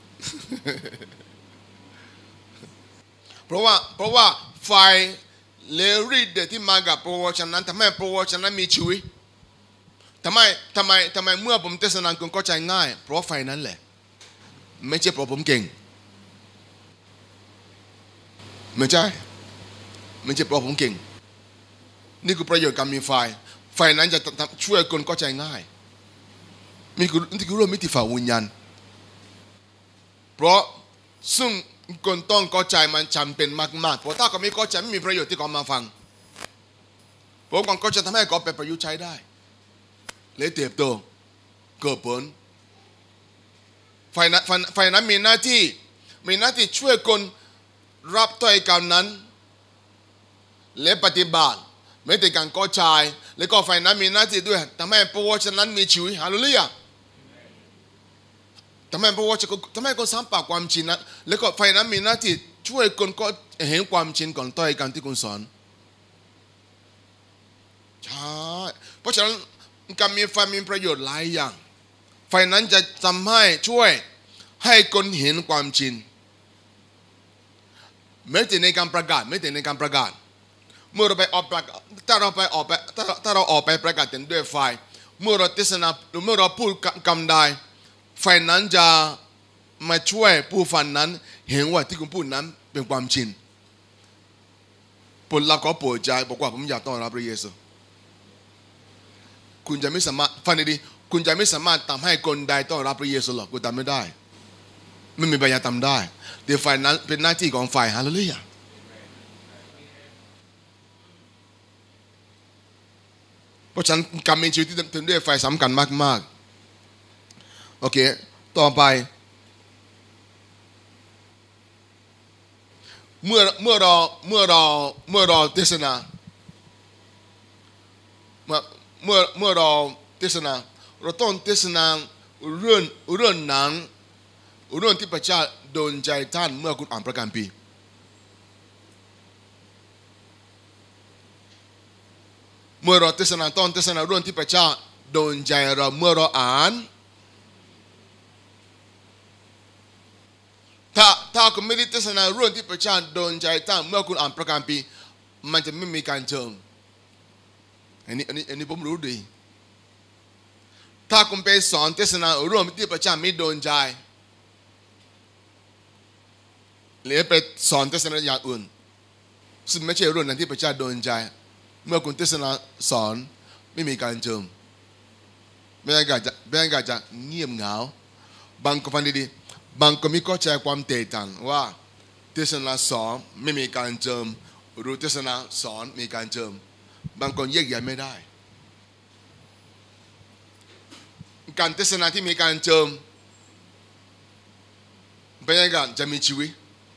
เพราะว่าไฟเลฤทธิ์เดชที่มากับพระวจนะนั้นทำให้พระวจนะมีชีวิตทำไมเมื่อผมเทศนาคุณก็ใจง่ายเพราะไฟนั้นแหละไม่ใช่เพราะผมเก่งไม่ใช่เพราะผมเก่งนี่คือประโยชน์การมีไฟนั้นจะช่วยคนเข้าใจง่ายนี่คือเรื่องมิติฝ่าวิญญาณเพราะซึ่งคนต้องเข้าใจมันจำเป็นมากๆเพราะถ้าเขาไม่เข้าใจไม่มีประโยชน์ที่เขามาฟังเพราะความเข้าใจทำให้เขาเป็นประยุกต์ใช้ได้และเติบโตเกิดผลไฟนั้นมีหน้าที่ช่วยคนรับถ้อยคำนั้นและปฏิบัติไม่แต่การเข้าใจแล้วก็ไฟนั้นมีหน้าที่ด้วยทำให้พระวจนะนั้นมีชีวิตฮาเลลูยาทำให้คนสัมผัสความจริงนั้นแล้วก็ไฟนั้นมีหน้าที่ช่วยคนก็เห็นความจริงก่อนถ้อยคำที่คุณสอนใช่เพราะฉะนั้นการมีไฟมีประโยชน์หลายอย่างไฟนั้นจะทำให้ช่วยให้คนเห็นความจริงไม่แต่ในการประกาศไม่แต่ในการประกาศเมื่อเราไปออกถ้าเราออกไปประกาศด้วยไฟเมื่อเราเทศนาเมื่อเราพูดคำใดไฟนั้นจะมาช่วยผู้ฟังนั้นเห็นว่าที่คุณพูดนั้นเป็นความจริงผลลัพธ์ก็ปวดใจบอกว่าผมอยากต้อนรับพระเยซูคุณจะไม่สามารถฟังดีๆคุณจะไม่สามารถทำให้คนใดต้อนรับพระเยซูหรอกคุณทำไม่ได้ไม่มีปัญญาทำได้เดี๋ยวฝ่ายนั้นเป็นหน้าที่ของฝ่ายฮาเลลูยาเพราะฉะนั้นการมีชีวิตที่เต็มด้วยไฟสำคัญมากๆโอเคต่อไปเมื่อเราเทศนาเมื่อเราเทศนาเราต้องเทศนาเรื่องนั้นเรื่องที่พระเจ้าโดนใจท่านเมื่อคุณอ่านพระคัมภีร์เมื่อเราเทศนาต้องเทศนาเรื่องที่พระเจ้าโดนใจเราเมื่อเราอ่านถ้าคุณไม่ได้เทศนาเรื่องที่พระเจ้าโดนใจท่านเมื่อคุณอ่านพระคัมภีร์มันจะไม่มีการเจิมอันนี้ผมรู้ดีถ้าคุณไปสอนเทศนาเรื่องที่พระเจ้าไม่โดนใจหรือไปสอนเทศนาอย่างอื่นซึ่งไม่ใช่เรื่องนั้นที่พระเจ้าโดนใจเมื่อคุณเทศนาสอนไม่มีการเจิมบรรยากาศจะเงียบเหงาบางคนฟังดีๆบางคนมีเข้าใจความแตกต่างว่าเทศนาสอนไม่มีการเจิมหรือเทศนาสอนมีการเจิมบางคนแยกแยะไม่ได้การเทศนาที่มีการเจิมบรรยากาศจะมีชีวิต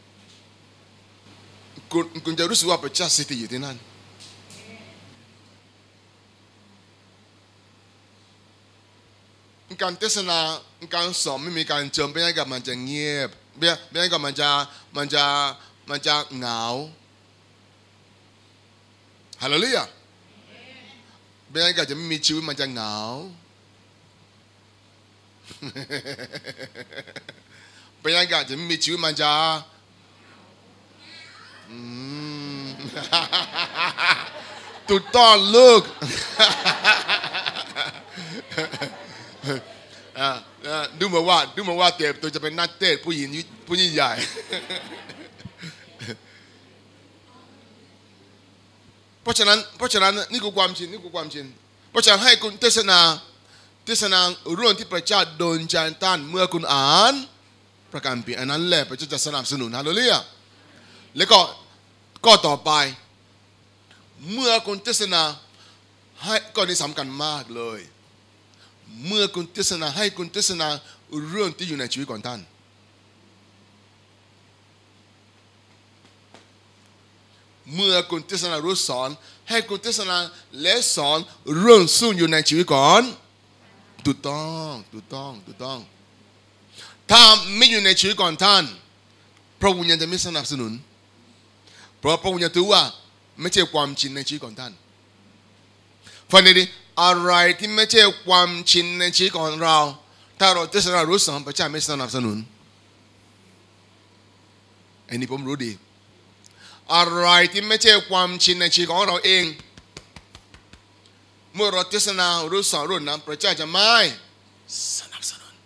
คุณจะรู้สึกว่าพระเจ้าสถิตอยู่ที่นั่นการเทศนาการสอนไม่มีการเจิมบรรยากาศมันจะเงียบบรรยากาศมันจะเหงาฮาเลลูยาบรรยากาศจะไม่มีชีวิตมันจะเหงาบรรยากาศจะไม่มีชีวิตมันจะถูกต้องลูกดูเหมือนว่าเต๋อตัวจะเป็นนักเตะผู้หญิงใหญ่เพราะฉะนั้นนี่คือความจริงเพราะฉะนั้นให้คุณเทศนาเรื่องที่พระเจ้าโดนใจท่านเมื่อคุณอ่านพระคัมภีร์อันนั้นแหละพระเจ้าจะสนับสนุนฮาเลลูยาแล้วก็ต่อไปเมื่อคุณเทศนาให้ก็นี่สำคัญมากเลยเมื่อคุณเทศนาให้คุณเทศนาเรื่องที่อยู่ในชีวิตของท่านเมื่อคุณเทศนารู้สอนให้คุณเทศนาและสอนเรื่องซึ่งอยู่ในชีวิตก่อนถูกต้องถ้าไม่อยู่ในชีวิตของท่านพระวิญญาณจะไม่สนับสนุนเพราะพระวิญญาณถือว่าไม่ใช่ความจริงในชีวิตของท่านฟังดีๆอะไรที่ไม่ใช่ความจริงในชีวิตของเราถ้าเราเทศนารู้สอนพระเจ้าไม่สนับสนุนอันนี้ผมรู้ดีอะไรที่ไม่ใช่ความจริงในชีวิตของเราเองเมื่อเราเทศนารู้สอนเรื่องนั้นพระเจ้าจะไม่สนับสนุน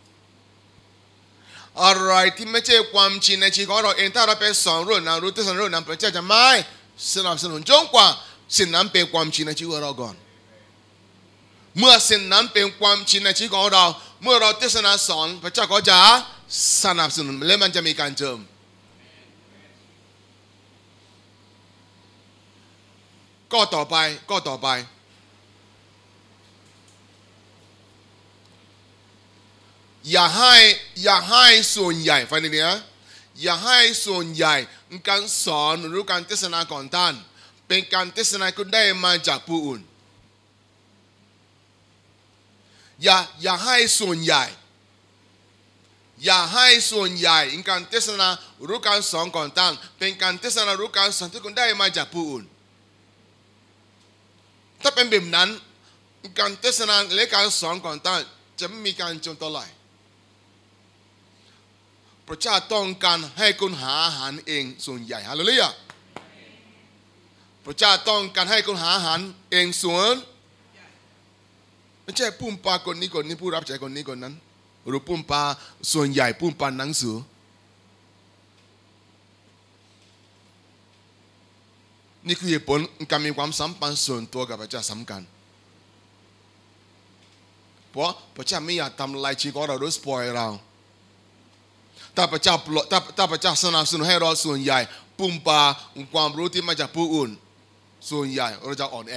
อะไรที่ไม่ใช่ความจริงในชีวิตของเราเองถ้าเราไปสอนเรื่องนั้นรู้เทศนาเรื่องนั้นพระเจ้าจะไม่สนับสนุนจนกว่าสิ่งนั้นเป็นความจริงในชีวิตของเราก่อนเมื่อสิ่งนั้นเป็นความจริงในชีวิตของเราเมื่อเราเทศนาสอนพระเจ้าก็จะสนับสนุนและมันจะมีการเจิมก็ต่อไปอย่าให้ส่วนใหญ่ฟังดีนะอย่าให้ส่วนใหญ่การสอนหรือการเทศนาของท่านเป็นการเทศนาที่ได้มาจากผู้อื่นอย่าให้ส่วนใหญ่การเทศนาหรือการสอนของท่านเป็นการเทศนาหรือการสอนที่คุณได้มาจากผู้อื่นถ้าเป็นแบบนั้นการเทศนาและการสอนของท่านจะไม่มีการจนต่อไหร่พระเจ้าต้องการให้คุณหาอาหารเองส่วนใหญ่ฮาเลลูยาพระเจ้าต้องการให้คุณหาอาหารเองส่วนไม่ใช่ปุ่มปลาคนนี้ผู้รับใช้คนนี้คนนั้นหรือปุ่มปลาส่วนใหญ่ปุ่มปลาหนังสือนี่คือเหตุผลการมีความสัมพันธ์ส่วนตัวกับพระเจ้าสำคัญเพราะพระเจ้าไม่อยากทำลายชีวิตของเราหรือสปอยเราถ้าพระเจ้าสนับสนุนให้เราส่วนใหญ่ปุ่มปลาความรู้ที่มาจากผู้อื่นส่วนใหญ่เราจะอ่อนแอ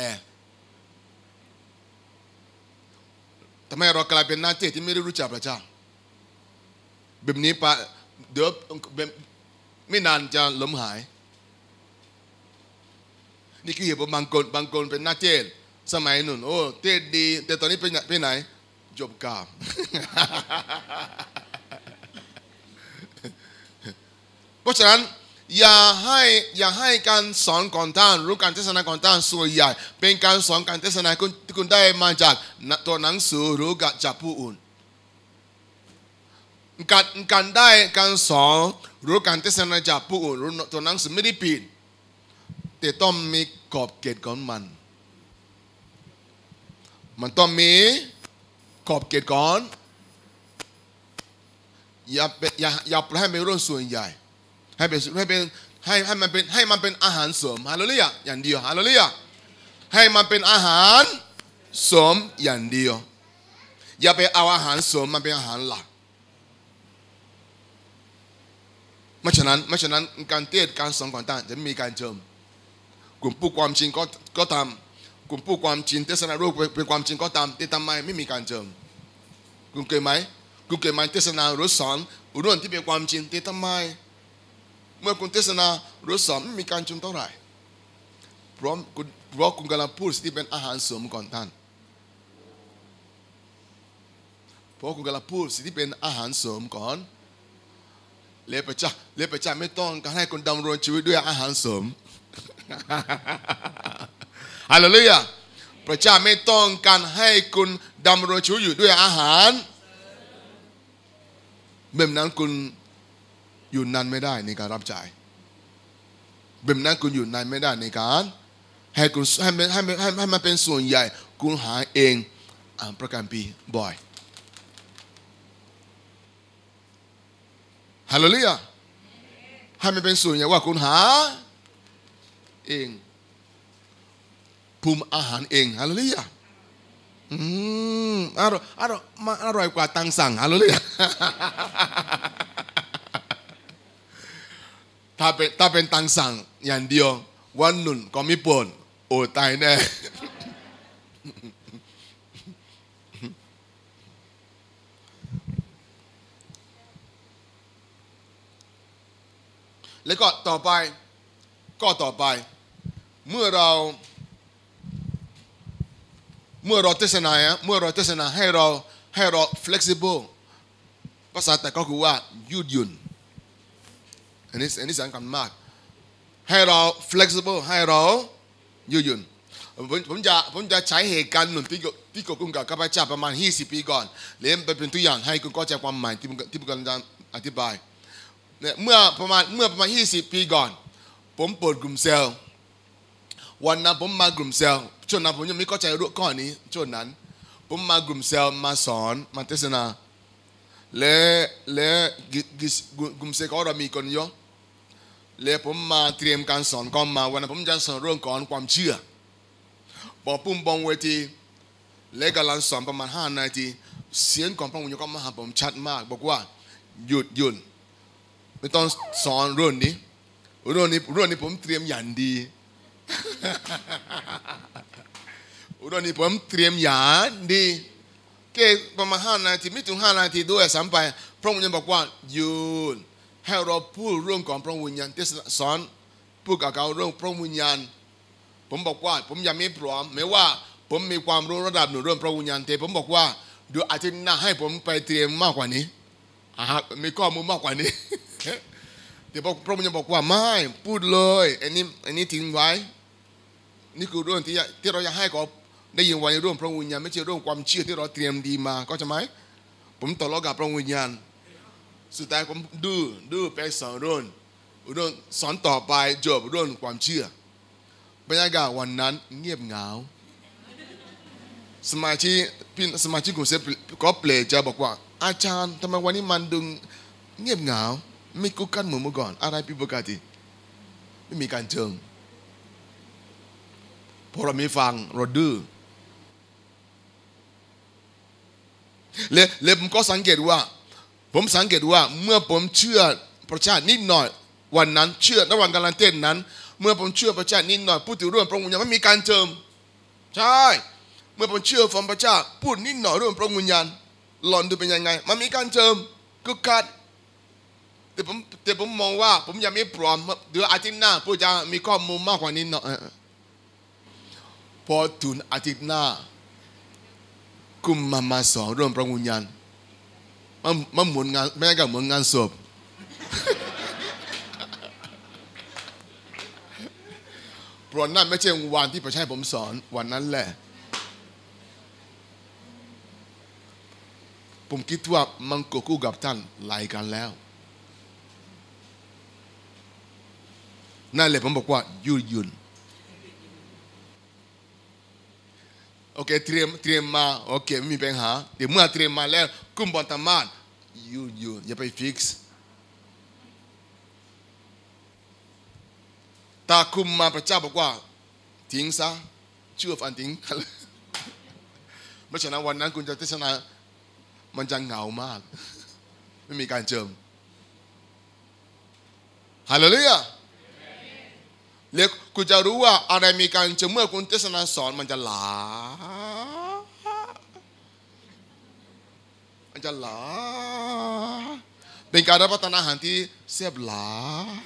ทำให้เรากลายเป็นนักเตะที่ไม่ได้รู้จักพระเจ้าแบบนี้ปะเดี๋ยวไม่นานจะล้มหายนี่คือเหตุผลบางคนเป็นนักเตะสมัยหนึ่งโอ้เตะดีแต่ตอนนี้ไปไหนจบกาบ เพราะฉะนั้นอย่าให้การสอนก่อนท่านรู้การเทศนาก่อนท่านส่วนใหญ่เป็นการสอนการเทศนาที่คุณได้มาจากตัวหนังสือหรือจากผู้อื่นการได้การสอนหรือการเทศนาจากผู้อื่นหรือตัวหนังสือไม่ได้ผิดแต่ต้องมีขอบเขตของมันต้องมีขอบเขตก่อนอย่าให้เป็นเรื่องส่วนใหญ่ให้มันเป็นอาหารเสริมฮาเลลูยาอย่างเดียวฮาเลลูยาให้มันเป็นอาหารเสริมอย่างเดียวอย่าไปเอาอาหารเสริมมันเป็นอาหารหลักไม่ฉะนั้นการเทศการสอนของท่านจะไม่มีการเจิมกลุ่มผู้ความจริงก็ทำกลุ่มผู้ความจริงเทศนารูปเป็นความจริงก็ตามแต่ทำไมไม่มีการเจิมคุณเคยไหมเทศนาหรือสอนเรื่องที่เป็นความจริงแต่ทำไมเมื่อคุณเทศนาหรือสอนไม่มีการจุนเท่าไหร่เพราะคุณกำลังพูดสิ่งที่เป็นอาหารเสริมก่อนท่านเพราะคุณกำลังพูดสิ่งที่เป็นอาหารเสริมก่อนเลพระเจ้าไม่ต้องการให้คุณดำรงชีวิตด้วยอาหารเสริมฮาเลลูยาพระเจ้าไม่ต้องการให้คุณดำรงชีวิตอยู่ด้วยอาหารแบบนั้นคุณอยู่นานไม่ได้ในการรับจ่ายแบบนั้นคุณอยู่นานไม่ได้ในการให้คุณให้มันเป็นส่วนใหญ่คุณหาเองประกันปีบ่อยฮาเลลูยาให้มันเป็นส่วนใหญ่ว่าคุณหาเองภูมิอาหารเองฮาเลลูยาอร่อยกว่าตังสั่งฮาเลลูยาถ้าเป็นตังสั่งอย่างเดียววันหนึ่งก็มีปนโอ้ตายแน่แล้วก็ต่อไปเมื่อเราเทศนาให้เรา flexible ภาษาแต่ก็คือว่ายืดหยุ่นอันนี้สำคัญมากให้เรา flexible ให้เรายืดหยุ่นผมจะใช้เหตุการณ์หนึ่งที่เกิดขึ้นกับข้าพเจ้าประมาณ20 ปีก่อนเรียนไปเป็นตัวอย่างให้คุณเข้าใจความหมายที่ผมกำลังจะอธิบายเนี่ยเมื่อประมาณ20 ปีก่อนผมเปิดกลุ่มเซลล์วันนั้นผมมากลุ่มเซลล์ช่วงนั้นผมยังไม่เข้าใจเรื่องข้อนี้ช่วงนั้นผมมากลุ่มเซลล์มาสอนมาเทศนาและกลุ่มเซลล์ของเรามีคนเยอะและผมมาเตรียมการสอนก่อนมาวันนั้นผมจะสอนเรื่องก่อนความเชื่อบอกปุ่มบองเวทีและกำลังสอนประมาณ5 นาทีเสียงของพระองค์ก็มาหาผมชัดมากบอกว่าหยุดไม่ต้องสอนเรื่องนี้ผมเตรียมอย่างดีเรื่องนี้ผมเตรียมอย่างดีแค่ประมาณ5 นาทีไม่ถึง5 นาทีด้วยซ้ำไปพระองค์ยังบอกว่าหยุดให้เราพูดเรื่องของพระวิญญาณที่สอนพูดกับเขาเรื่องพระวิญญาณผมบอกว่าผมยังไม่พร้อมแม้ว่าผมมีความรู้ระดับหนึ่งเรื่องพระวิญญาณแต่ผมบอกว่าเดี๋ยวอาทิตย์หน้าให้ผมไปเตรียมมากกว่านี้มีข้อมูลมากกว่านี้แต่พระวิญญาณบอกว่าไม่พูดเลยอันนี้ทิ้งไว้นี่คือเรื่องที่เราอยากให้เขาได้ยินวันร่วมพระวิญญาณไม่ใช่ร่วมความเชื่อที่เราเตรียมดีมาก็จะไหมผมต่อรองกับพระวิญญาณสุดท้ายผมดื้อไปสอนเรื่องสอนต่อไปจบเรื่องความเชื่อบรรยากาศวันนั้นเงียบเหงาสมาชิกกลุ่มเซฟก็เปลยจะบอกว่าอาจารย์ทำไมวันนี้มันดึงเงียบเหงาไม่กุ๊กกันเหมือนเมื่อก่อนอะไรผิดปกติไม่มีการเชิงพอเราไม่ฟังเราดื้อเลยผมก็สังเกตว่าเมื่อผมเชื่อพระเจ้านิดหน่อยวันนั้นเชื่อระหว่างการเต้นนั้นเมื่อผมเชื่อพระเจ้านิดหน่อยพูดถึงเรื่องพระวิญญาณไม่มีการเจิมใช่เมื่อผมเชื่อฟังพระเจ้าพูดนิดหน่อยเรื่องพระวิญญาณหลอนดูเป็นยังไงมันมีการเจิมก็คัดแต่ผมมองว่าผมยังไม่พร้อมเดี๋ยวอาทิตย์หน้าพระเจ้ามีข้อมูลมากกว่านี้หน่อยพอถึงอาทิตย์หน้ากุมมาสอนเรื่องพระวิญญาณมันเหมือนงานไม่ใช่กับเหมือนงานศพเพราะนั่นไม่ใช่วันที่พระเจ้าให้ผมสอนวันนั้นแหละผมคิดว่ามันก็คู่กับท่านหลายกันแล้วนั่นแหละผมบอกว่ายืดหยุ่นโอเคเตรียมมาโอเคไม่มีปัญหาเดี๋ยวเมื่อเตรียมมาแล้วกุมบอลธรรมะยืดอย่าไปฟิกซ์ตาคุมมาพระเจ้าบอกว่าทิ้งซะเชื่อฟันทิ้งเพราะฉะนั้นวันนั้นคุณจะเทศนามันจะเหงามากไม่มีการเจิมฮาเลลูยาเรียกคุณจะรู้ว่าอะไรมีการเจิมเมื่อคุณเทศนาสอนมันจะหลาเป็นการรับประทานอาหารที่แซ่บหลา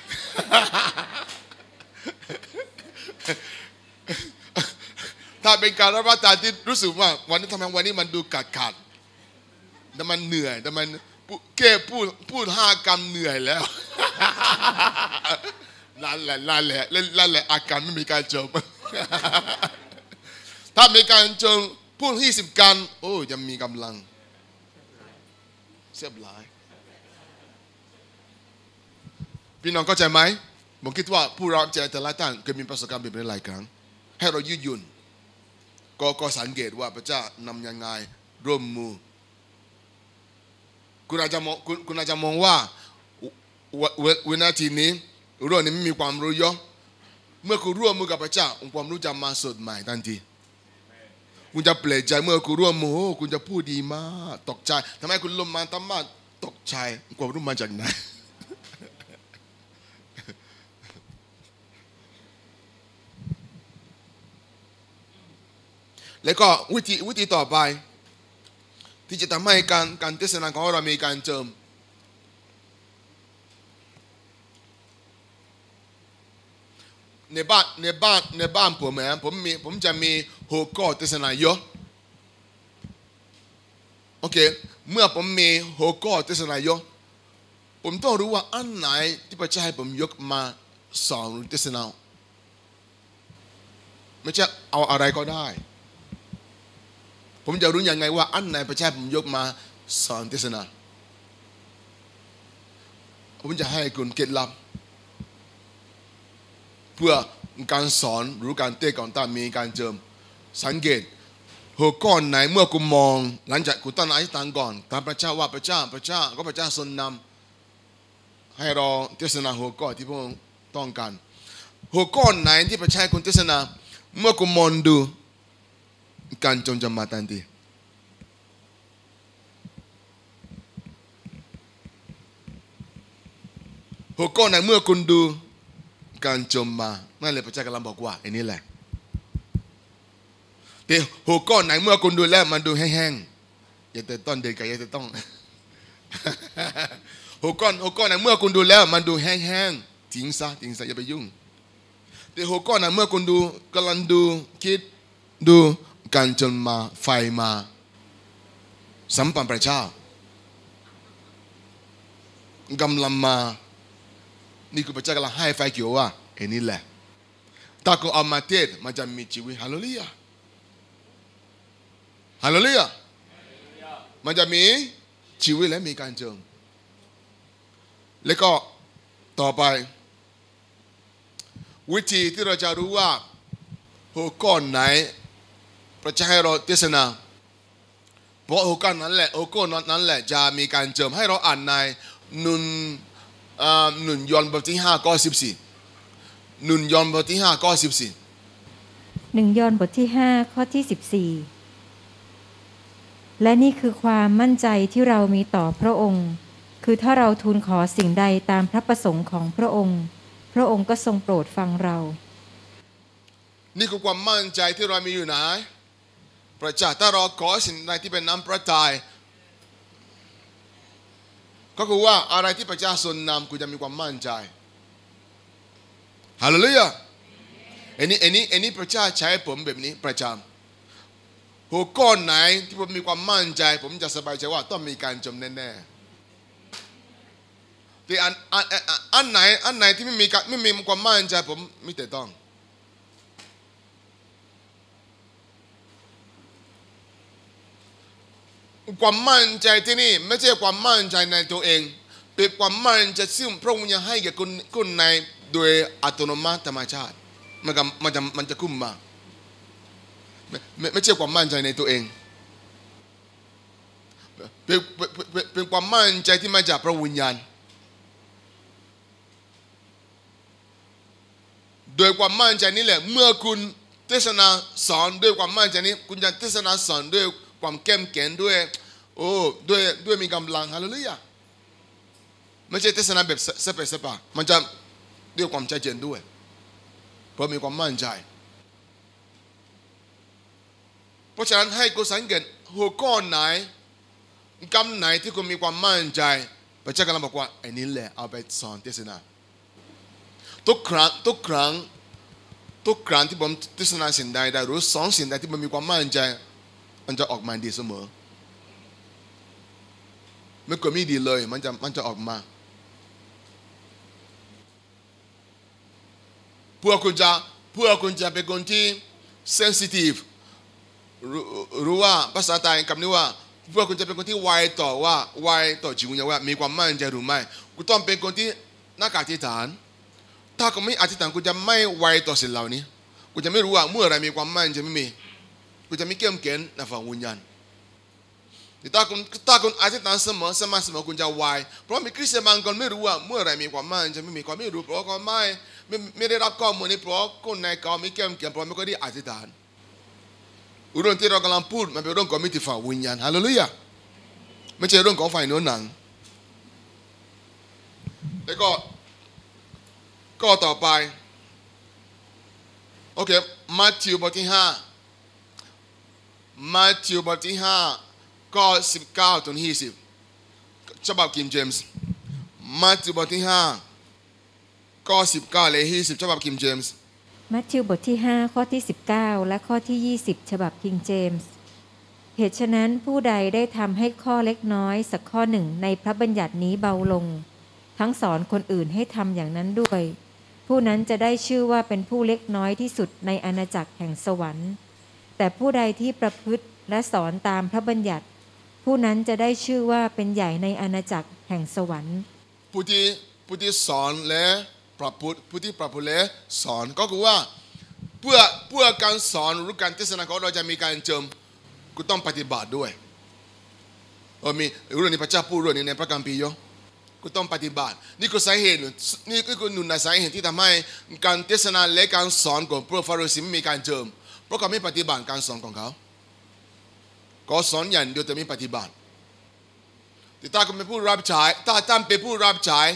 ถ้าเป็นการรับประทานที่รู้สึกว่าวันนี้ทำไมวันนี้มันดูขาดแต่มันเหนื่อยแต่มันแค่พูด5 กรัมเหนื่อยแล้วนั่นแหละอาการไม่มีการเจิมถ้ามีการเจิมพูด20 กรัมโอ้ยังมีกำลังเสียบหลายพี่น้องเข้าใจไหมผมคิดว่าผู้รับใจแต่ละท่านเคยมีประสบการณ์แบบนี้หลายครั้งให้เรายืดหยุ่นก็สังเกตว่าพระเจ้านำยังไงร่วมมือคุณอาจจะมองว่าวินาทีนี้เรื่องนี้ไม่มีความรู้เยอะเมื่อคุณร่วมมือกับพระเจ้าองค์ความรู้จะมาสดใหม่ทันทีคุณจะเปลี่ยนใจเมื่อคุณร่วมมือคุณจะพูดดีมากตกใจทำไมคุณลมมาทำมาตกใจองค์ความรู้มาจากไหนแล้วก็วิธีต่อไปที่จะทำให้การเทศนาของเรามีการเจิมในบ้านผมจะมีหัวข้อเทศนาเยอะโอเคเมื่อผมมีหัวข้อเทศนาเยอะผมต้องรู้ว่าอันไหนที่พระเจ้าให้ผมยกมาสอนเทศนาไม่ใช่เอาอะไรก็ได้ผมจะรู้ยังไงว่าอันไหนพระเจ้าผมยกมาสอนเทศนาผมจะให้คุณเคล็ดลับเพื่อการสอนหรือการเทศน์ของท่านมีการเจิมสังเกตหัวข้อไหนเมื่อคุณมองหลังจากคุณตั้งอธิษฐานก่อนตามพระเจ้าว่าพระเจ้าก็พระเจ้าทรงนำให้เราเทศนาหัวข้อที่พระองค์ต้องการหัวข้อไหนที่พระเจ้าให้คุณเทศนาเมื่อคุณมองดูการจงจะมาทันทีหัวข้อไหนเมื่อคุณดูการจมมานั่นเลยพระเจ้ากำลังบอกว่าอันนี้แหละแต่หัวข้อไหนเมื่อคุณดูแล้วมันดูแห้งๆอย่าแต่ต้นเด็กกับอย่าแต่ต้องหัวข้อไหนเมื่อคุณดูแล้วมันดูแห้งๆทิ้งซะอย่าไปยุ่งแต่หัวข้อไหนเมื่อคุณดูกำลังดูคิดดูการจนมาไฟมาสัมพันธ์พระเจ้ากำลังมานี่คือพระเจ้ากำลังให้ไฟเขียวว่าอันนี้แหละถ้าคุณเอามาเทศมันจะมีชีวิตฮาเลลูยาฮาเลลูยามันจะมีชีวิตและมีการเจิมแล้วก็ต่อไปวิธีที่เราจะรู้ว่าหัวข้อไหนพระเจ้าให้เราเทศนาเพราะหัวข้อนั้นแหละหัวข้อนั้นแหละจะมีการเจิมให้เราอ่านในนุนยอห์นบทที่5ข้อ14นุนยอห์นบทที่5ข้อ14 1 ยอห์นบทที่5ข้อที่14และนี่คือความมั่นใจที่เรามีต่อพระองค์คือถ้าเราทูลขอสิ่งใดตามพระประสงค์ของพระองค์พระองค์ก็ทรงโปรดฟังเรานี่คือความมั่นใจที่เรามีอยู่นะพระเจ้าถ้าเราขอสิ่งใดที่เป็นน้ำพระทัยก็คือว่าอะไรที่พระเจ้าทรงนำคุณจะมีความมั่นใจฮาเลลูยาอันนี้พระเจ้าใช้ผมแบบนี้ประจำหัวข้อไหนที่ผมมีความมั่นใจผมจะสบายใจว่าต้องมีการจมแน่ๆแต่อันไหนที่ไม่มีความมั่นใจผมไม่แต่ต้องความมั่นใจที่นี่ไม่ใช่ความมั่นใจในตัวเองเป็นความมั่นใจซึ่งพระองค์ยังให้แก่คนในโดยอัตโนมัติธรรมชาติมันจะคุ้มมาไม่ใช่ความมั่นใจในตัวเองเป็นความมั่นใจที่มาจากพระวิญญาณโดยความมั่นใจนี้แหละเมื่อคุณเทศนาสอนด้วยความมั่นใจนี้คุณจะเทศนาสอนด้วยความเข้มแข็งด้วยมีกำลังฮาเลลูยาไม่ใช่เทศนาแบบเสปะมันจะด้วยความใจเย็นด้วยเพราะมีความมั่นใจเพราะฉะนั้นให้คุณสังเกตหัวข้อไหนคำไหนที่คุณมีความมั่นใจพระเจ้ากำลังบอกว่าไอ้นี้แหละเอาไปสอนเทศนาทุกครั้งที่ผมเทศนาสิ่งใดได้รู้สอนสิ่งใดที่มันมีความมั่นใจมันจะออกมาดีเสมอไม่ควรไม่ดีเลยมันจะออกมาเพื่อคุณจะเป็นคนที่เซนซิทีฟรู้ว่าภาษาไทยคำนี้ว่าเพื่อคุณจะเป็นคนที่ไวต่อจิตวิญญาณว่ามีความมั่นใจหรือไม่คุณต้องเป็นคนที่นักอธิษฐานถ้าคุณไม่อธิษฐานคุณจะไม่ไวต่อสิ่งเหล่านี้คุณจะไม่รู้ว่าเมื่อไรมีความมั่นใจไม่มีคุณจะไม่เข้มแข็งในฝั่งวิญญาณถ้าคุณอธิษฐานเสมอคุณจะไวเพราะมีคริสเตียนบางคนไม่รู้ว่าเมื่อไรมีความมั่นใจไม่มีความไม่รู้เพราะเขาไม่ได้รับข้อมูลนี้เพราะคนในเขาไม่เข้มแข็งเพราะไม่ค่อยได้อธิษฐานเรื่องที่เรากำลังพูดมันเป็นเรื่องของมิติฝ่ายวิญญาณฮาเลลูยาไม่ใช่เรื่องของฝ่ายเนื้อหนังแล้วก็ต่อไปโอเคมัทธิวบทที่5ข้อ19ถึง20ฉบับคิงเจมส์มัทธิวบทที่5ข้อ19และ20ฉบับคิงเจมส์มัทธิวบทที่5ข้อที่19และข้อที่20ฉบับคิงเจมส์เหตุฉะนั้นผู้ใดได้ทำให้ข้อเล็กน้อยสักข้อหนึ่งในพระบัญญัตินี้เบาลงทั้งสอนคนอื่นให้ทำอย่างนั้นด้วยผู้นั้นจะได้ชื่อว่าเป็นผู้เล็กน้อยที่สุดในอาณาจักรแห่งสวรรค์แต่ผู้ใดที่ประพฤติและสอนตามพระบัญญัติผู้นั้นจะได้ชื่อว่าเป็นใหญ่ในอาณาจักรแห่งสวรรค์ผู้ที่สอนและประพฤติผู้ที่ประพฤติและสอนก็คือว่าเพื่อการสอนหรือการเทศนาของเราจะมีการเจิมกูต้องปฏิบัติด้วยมีเรื่องนี้พระเจ้าพูดเรื่องนี้ในพระคัมภีร์เยอะกูต้องปฏิบัตินี่คือสาเหตุนี่คือหนึ่งในสาเหตุที่ทำให้การเทศนาและการสอนของพวกฟาริสีไม่มีการเจิมเพราะเขาไม่ปฏิบัติการสอนของเขาก็สอนอย่างเดียวแต่ไม่ปฏิบัติแต่ถ้าคุณเป็นผู้รับใช้ถ้าท่านเป็นผู้รับใช้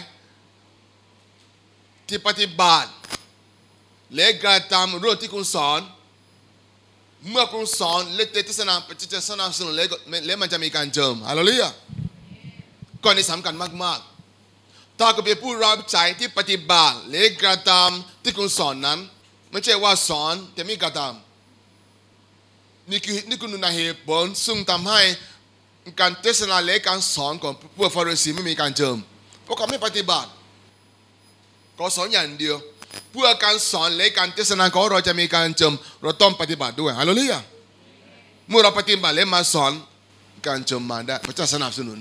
ที่ปฏิบัติและกระทำเรื่องที่คุณสอนเมื่อคุณสอนและเทศนาจะสนับสนุนและมันจะมีการเจิมฮาเลลูยาข้อนี้สำคัญมากๆถ้าคุณเป็นผู้รับใช้ที่ปฏิบัติและกระทำที่คุณสอนนั้นไม่ใช่ว่าสอนแต่ไม่กระทำนี่คือหนึ่งในเหตุผลซึ่งทำให้การเทศนาและการสอนของพวกฟาริสีไม่มีการเจิมเพราะเขาไม่ปฏิบัติก็สอนอย่างเดียวเพื่อการสอนและการเทศนาของเราจะมีการเจิมเราต้องปฏิบัติด้วยฮาเลลูยาเมื่อเราปฏิบัติและมาสอนการเจิมมาได้พระเจ้าสนับสนุน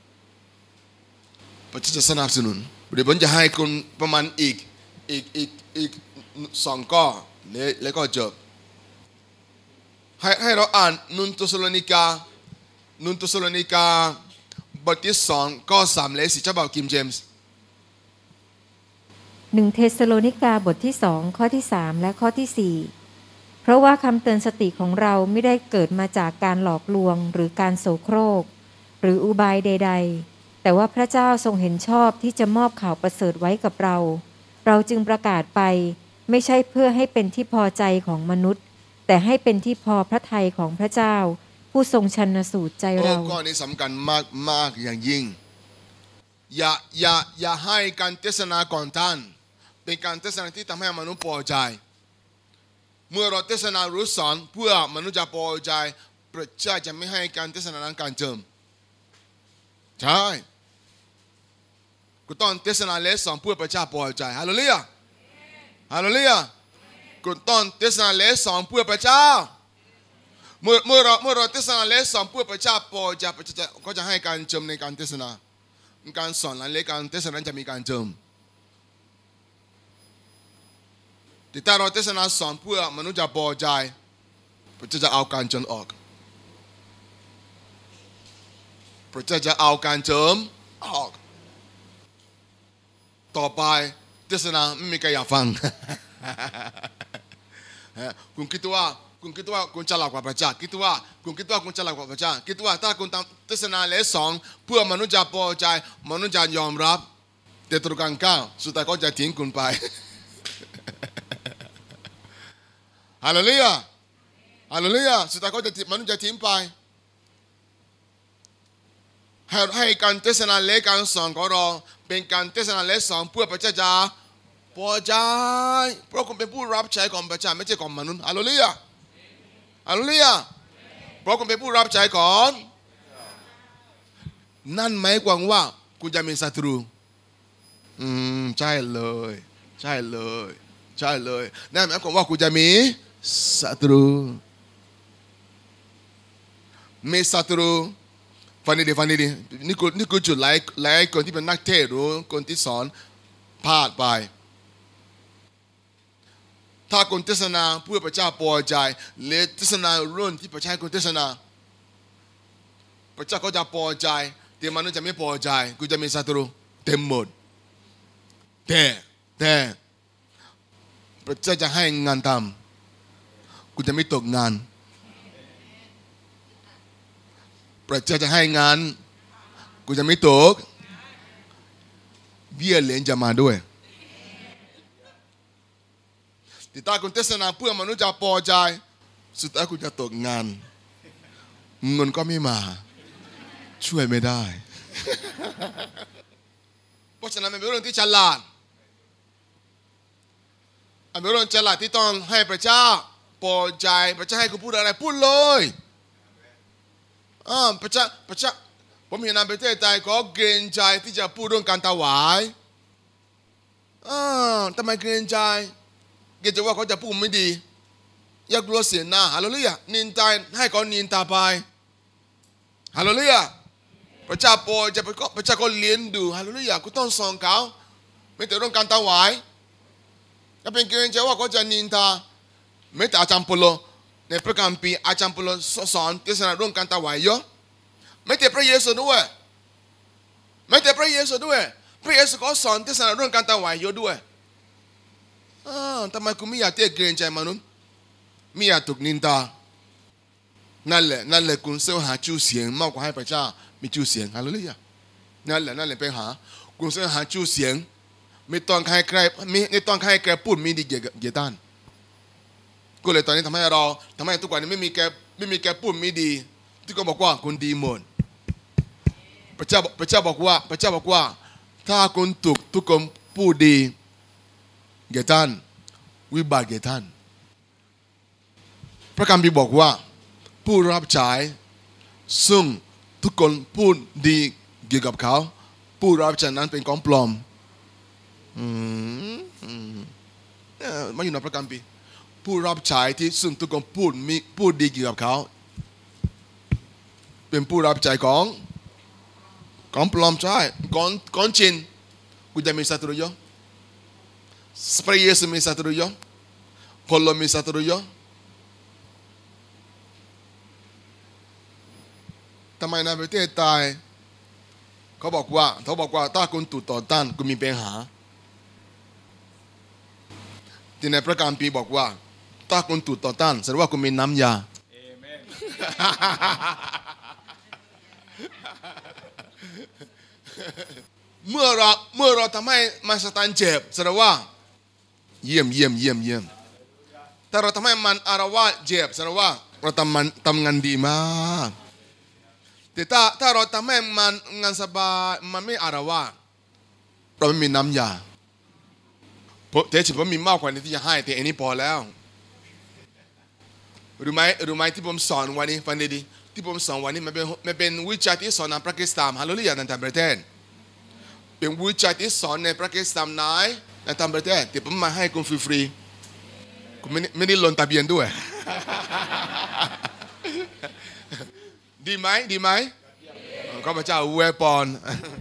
พระเจ้าจะสนับสนุนเดี๋ยวผมจะให้คุณประมาณอีก2 ข้อแล้วก็จบให้เราอ่านนุนตุสโลนิกาบทที่2ข้อ3และ4ฉบับคิงเจมส์ 1 เทสโลนิกาบทที่2ข้อที่3และข้อที่4เพราะว่าคำเตือนสติของเราไม่ได้เกิดมาจากการหลอกลวงหรือการโสโครกหรืออุบายใดๆแต่ว่าพระเจ้าทรงเห็นชอบที่จะมอบข่าวประเสริฐไว้กับเราจึงประกาศไปไม่ใช่เพื่อให้เป็นที่พอใจของมนุษย์แต่ให้เป็นที่พอพระทัยของพระเจ้าผู้ทรงชันสูตรใจเราข้อนี้สำคัญมากอย่างยิ่งอย่าให้การเทศนาก่อนท่านเป็นการเทศนาที่ทำให้มนุษย์พอใจเมื่อเราเทศนาหรือสอนเพื่อมนุษย์จะพอใจพระเจ้าจะไม่ให้การเทศนานั้นการเจิมใช่กูต้องเทศนาและสอนเพื่อพระเจ้าพอใจฮาเลลูยาฮาเลลูยากูต้องเทศนาและสอนเพื่อพระเจ้าเมื่อเราเทศนาและสอนเพื่อพระเจ้าพอใจพระเจ้าก็จะให้การเจิมในการเทศนาการสอนและการเทศนาจะมีการเจิมแต่ถ้าเราเทศนาสอนเพื่อมนุษย์จะพอใจพระเจ้าจะเอาการเจิมออกพระเจ้าจะเอาการเจิมออกต่อไปเทศนาไม่มีใครอยากฟัง คุณคิดว่าคุณฉลาดกว่าพระเจ้าคิดว่าคุณฉลาดกว่าพระเจ้าคิดว่าถ้าคุณทำเทศนาและสอนเพื่อมนุษย์จะพอใจมนุษย์จะยอมรับแต่ตรงกันข้ามสุดท้ายก็จะทิ้งคุณไป ฮาเลลูยาฮาเลลูยาสุดท้ายก็จะมนุษย์จะทิ้งไปให้การเทศนาและการสอนของเราเป็นการเทศนาและสอนเพื่อพระเจ้าจะพอใจเพราะคุณเป็นผู้รับใช้ของพระเจ้าไม่ใช่ของมนุษย์ฮาเลลูยาฮาเลลูยาเพราะคุณเป็นผู้รับใช้ของนั่นหมายความว่าคุณจะมีศัตรูใช่เลยนั่นหมายความว่าคุณจะมีศัตรูฟังดีนี่คือจุดหลายคนที่เป็นนักเทศน์หรือคนที่สอนพลาดไปถ้าคนเทศนาเพื่อพระเจ้าพอใจหรือเทศนารุ่นที่พระเจ้าคนเทศนาพระเจ้าก็จะพอใจแต่มนุษย์จะไม่พอใจกูจะมีศัตรูเต็มหมดแต่พระเจ้าจะให้งานทำกูจะไม่ตกงานพระเจ้าจะให้งานกูจะไม่ตกเบี้ยเลี้ยงจะมาด้วยแต่ถ้าคุณเทศนาเพื่อมนุษย์จะพอใจสุดท้ายคุณจะตกงานเงินก็ไม่มาช่วยไม่ได้ เพราะฉะนั้นมันเป็นเรื่องที่ฉลาดอันเป็นเรื่องฉลาดที่ต้องให้พระเจ้าพอใจพระเจ้าให้คุณพูดอะไรพูดเลยพระเจ้าผมเห็นในประเทศไทยเขาเกรงใจที่จะพูดเรื่องการถวายทำไมเกรงใจเกรงใจว่าเขาจะพูดไม่ดีอยากรู้เสียหน้าฮาเลลูยานินทาให้เขานินทาไปฮาเลลูยาพระเจ้าพอใจพระเจ้าก็เลี้ยงดูฮาเลลูยาคุณต้องสอนเขาไม่แต่เรื่องการถวายถ้าเป็นเกรงใจว่าเขาจะนินทาไม่แต่อาจารย์ปโลในพระคัมภีร์อาจารย์ปโลสอนเทศนาเรื่องการถวายเยอะไม่แต่พระเยซูด้วยพระเยซูก็สอนเทศนาเรื่องการถวายเยอะด้วยทำไมคุณไม่อยากเกรงใจมนุษย์ไม่อยากถูกนินทานั่นแหละคุณเสวหาชื่อเสียงมากกว่าให้พระเจ้ามีชื่อเสียงฮาเลลูยานั่นแหละไปหาคุณเสวหาชื่อเสียงไม่ต้องให้ใครพูดมีดีเกี่ยวด้านก็เลยตอนนี้ทำให้ทุกวันนี้ไม่มีแกพูดไม่ดีที่ก็บอกว่าคุณดีหมดพระเจ้าบอกว่าถ้าคุณถูกทุกคนพูดดีแก่ท่านวิบากแก่ท่านพระคัมภีร์บอกว่าผู้รับใช้ซึ่งทุกคนพูดดีเกี่ยวกับเขาผู้รับใช้นั้นเป็นของปลอมมันอยู่ในพระคัมภีร์ผู้รับใช้ที่ซึ่งทุกคนพูดดีเกี่ยวกับเขาเป็นผู้รับใช้ของปลอมใช่ของจริงกูจะมีศัตรูเยอะพระเยซูมีศัตรูเยอะคนเรามีศัตรูเยอะทำไมในประเทศไทยเขาบอกว่าถ้าคุณถูกต่อต้านคุณมีปัญหาที่ในพระคัมภีร์บอกว่าถ้าคุณถูกต่อต้านแสดงว่าคุณมีน้ำยาเมื่อเราทำให้มันสตันเจ็บแสดงว่าเยี่ยมถ้าเราทำให้มันอารวาสเจ็บแสดงว่าเราทำงานดีมากแต่ถ้าเราทำให้มันงานสบายมันไม่อารวาสเราไม่มีน้ำยาแต่ฉันมีมากกว่านี้ที่จะให้แต่อันนี้พอแล้วรู้ไหมที่ผมสอนวันนี้ฟังดีๆที่ผมสอนวันนี้มันเป็นวิชาที่สอนในปากีสถานฮาเลลูยาในต่างประเทศเป็นวิชาที่สอนในปากีสถานในต่างประเทศแต่ผมมาให้คุณฟรีๆคุณไม่ได้ลงทะเบียนด้วย ดีไหมข้าพเจ้าอวยพร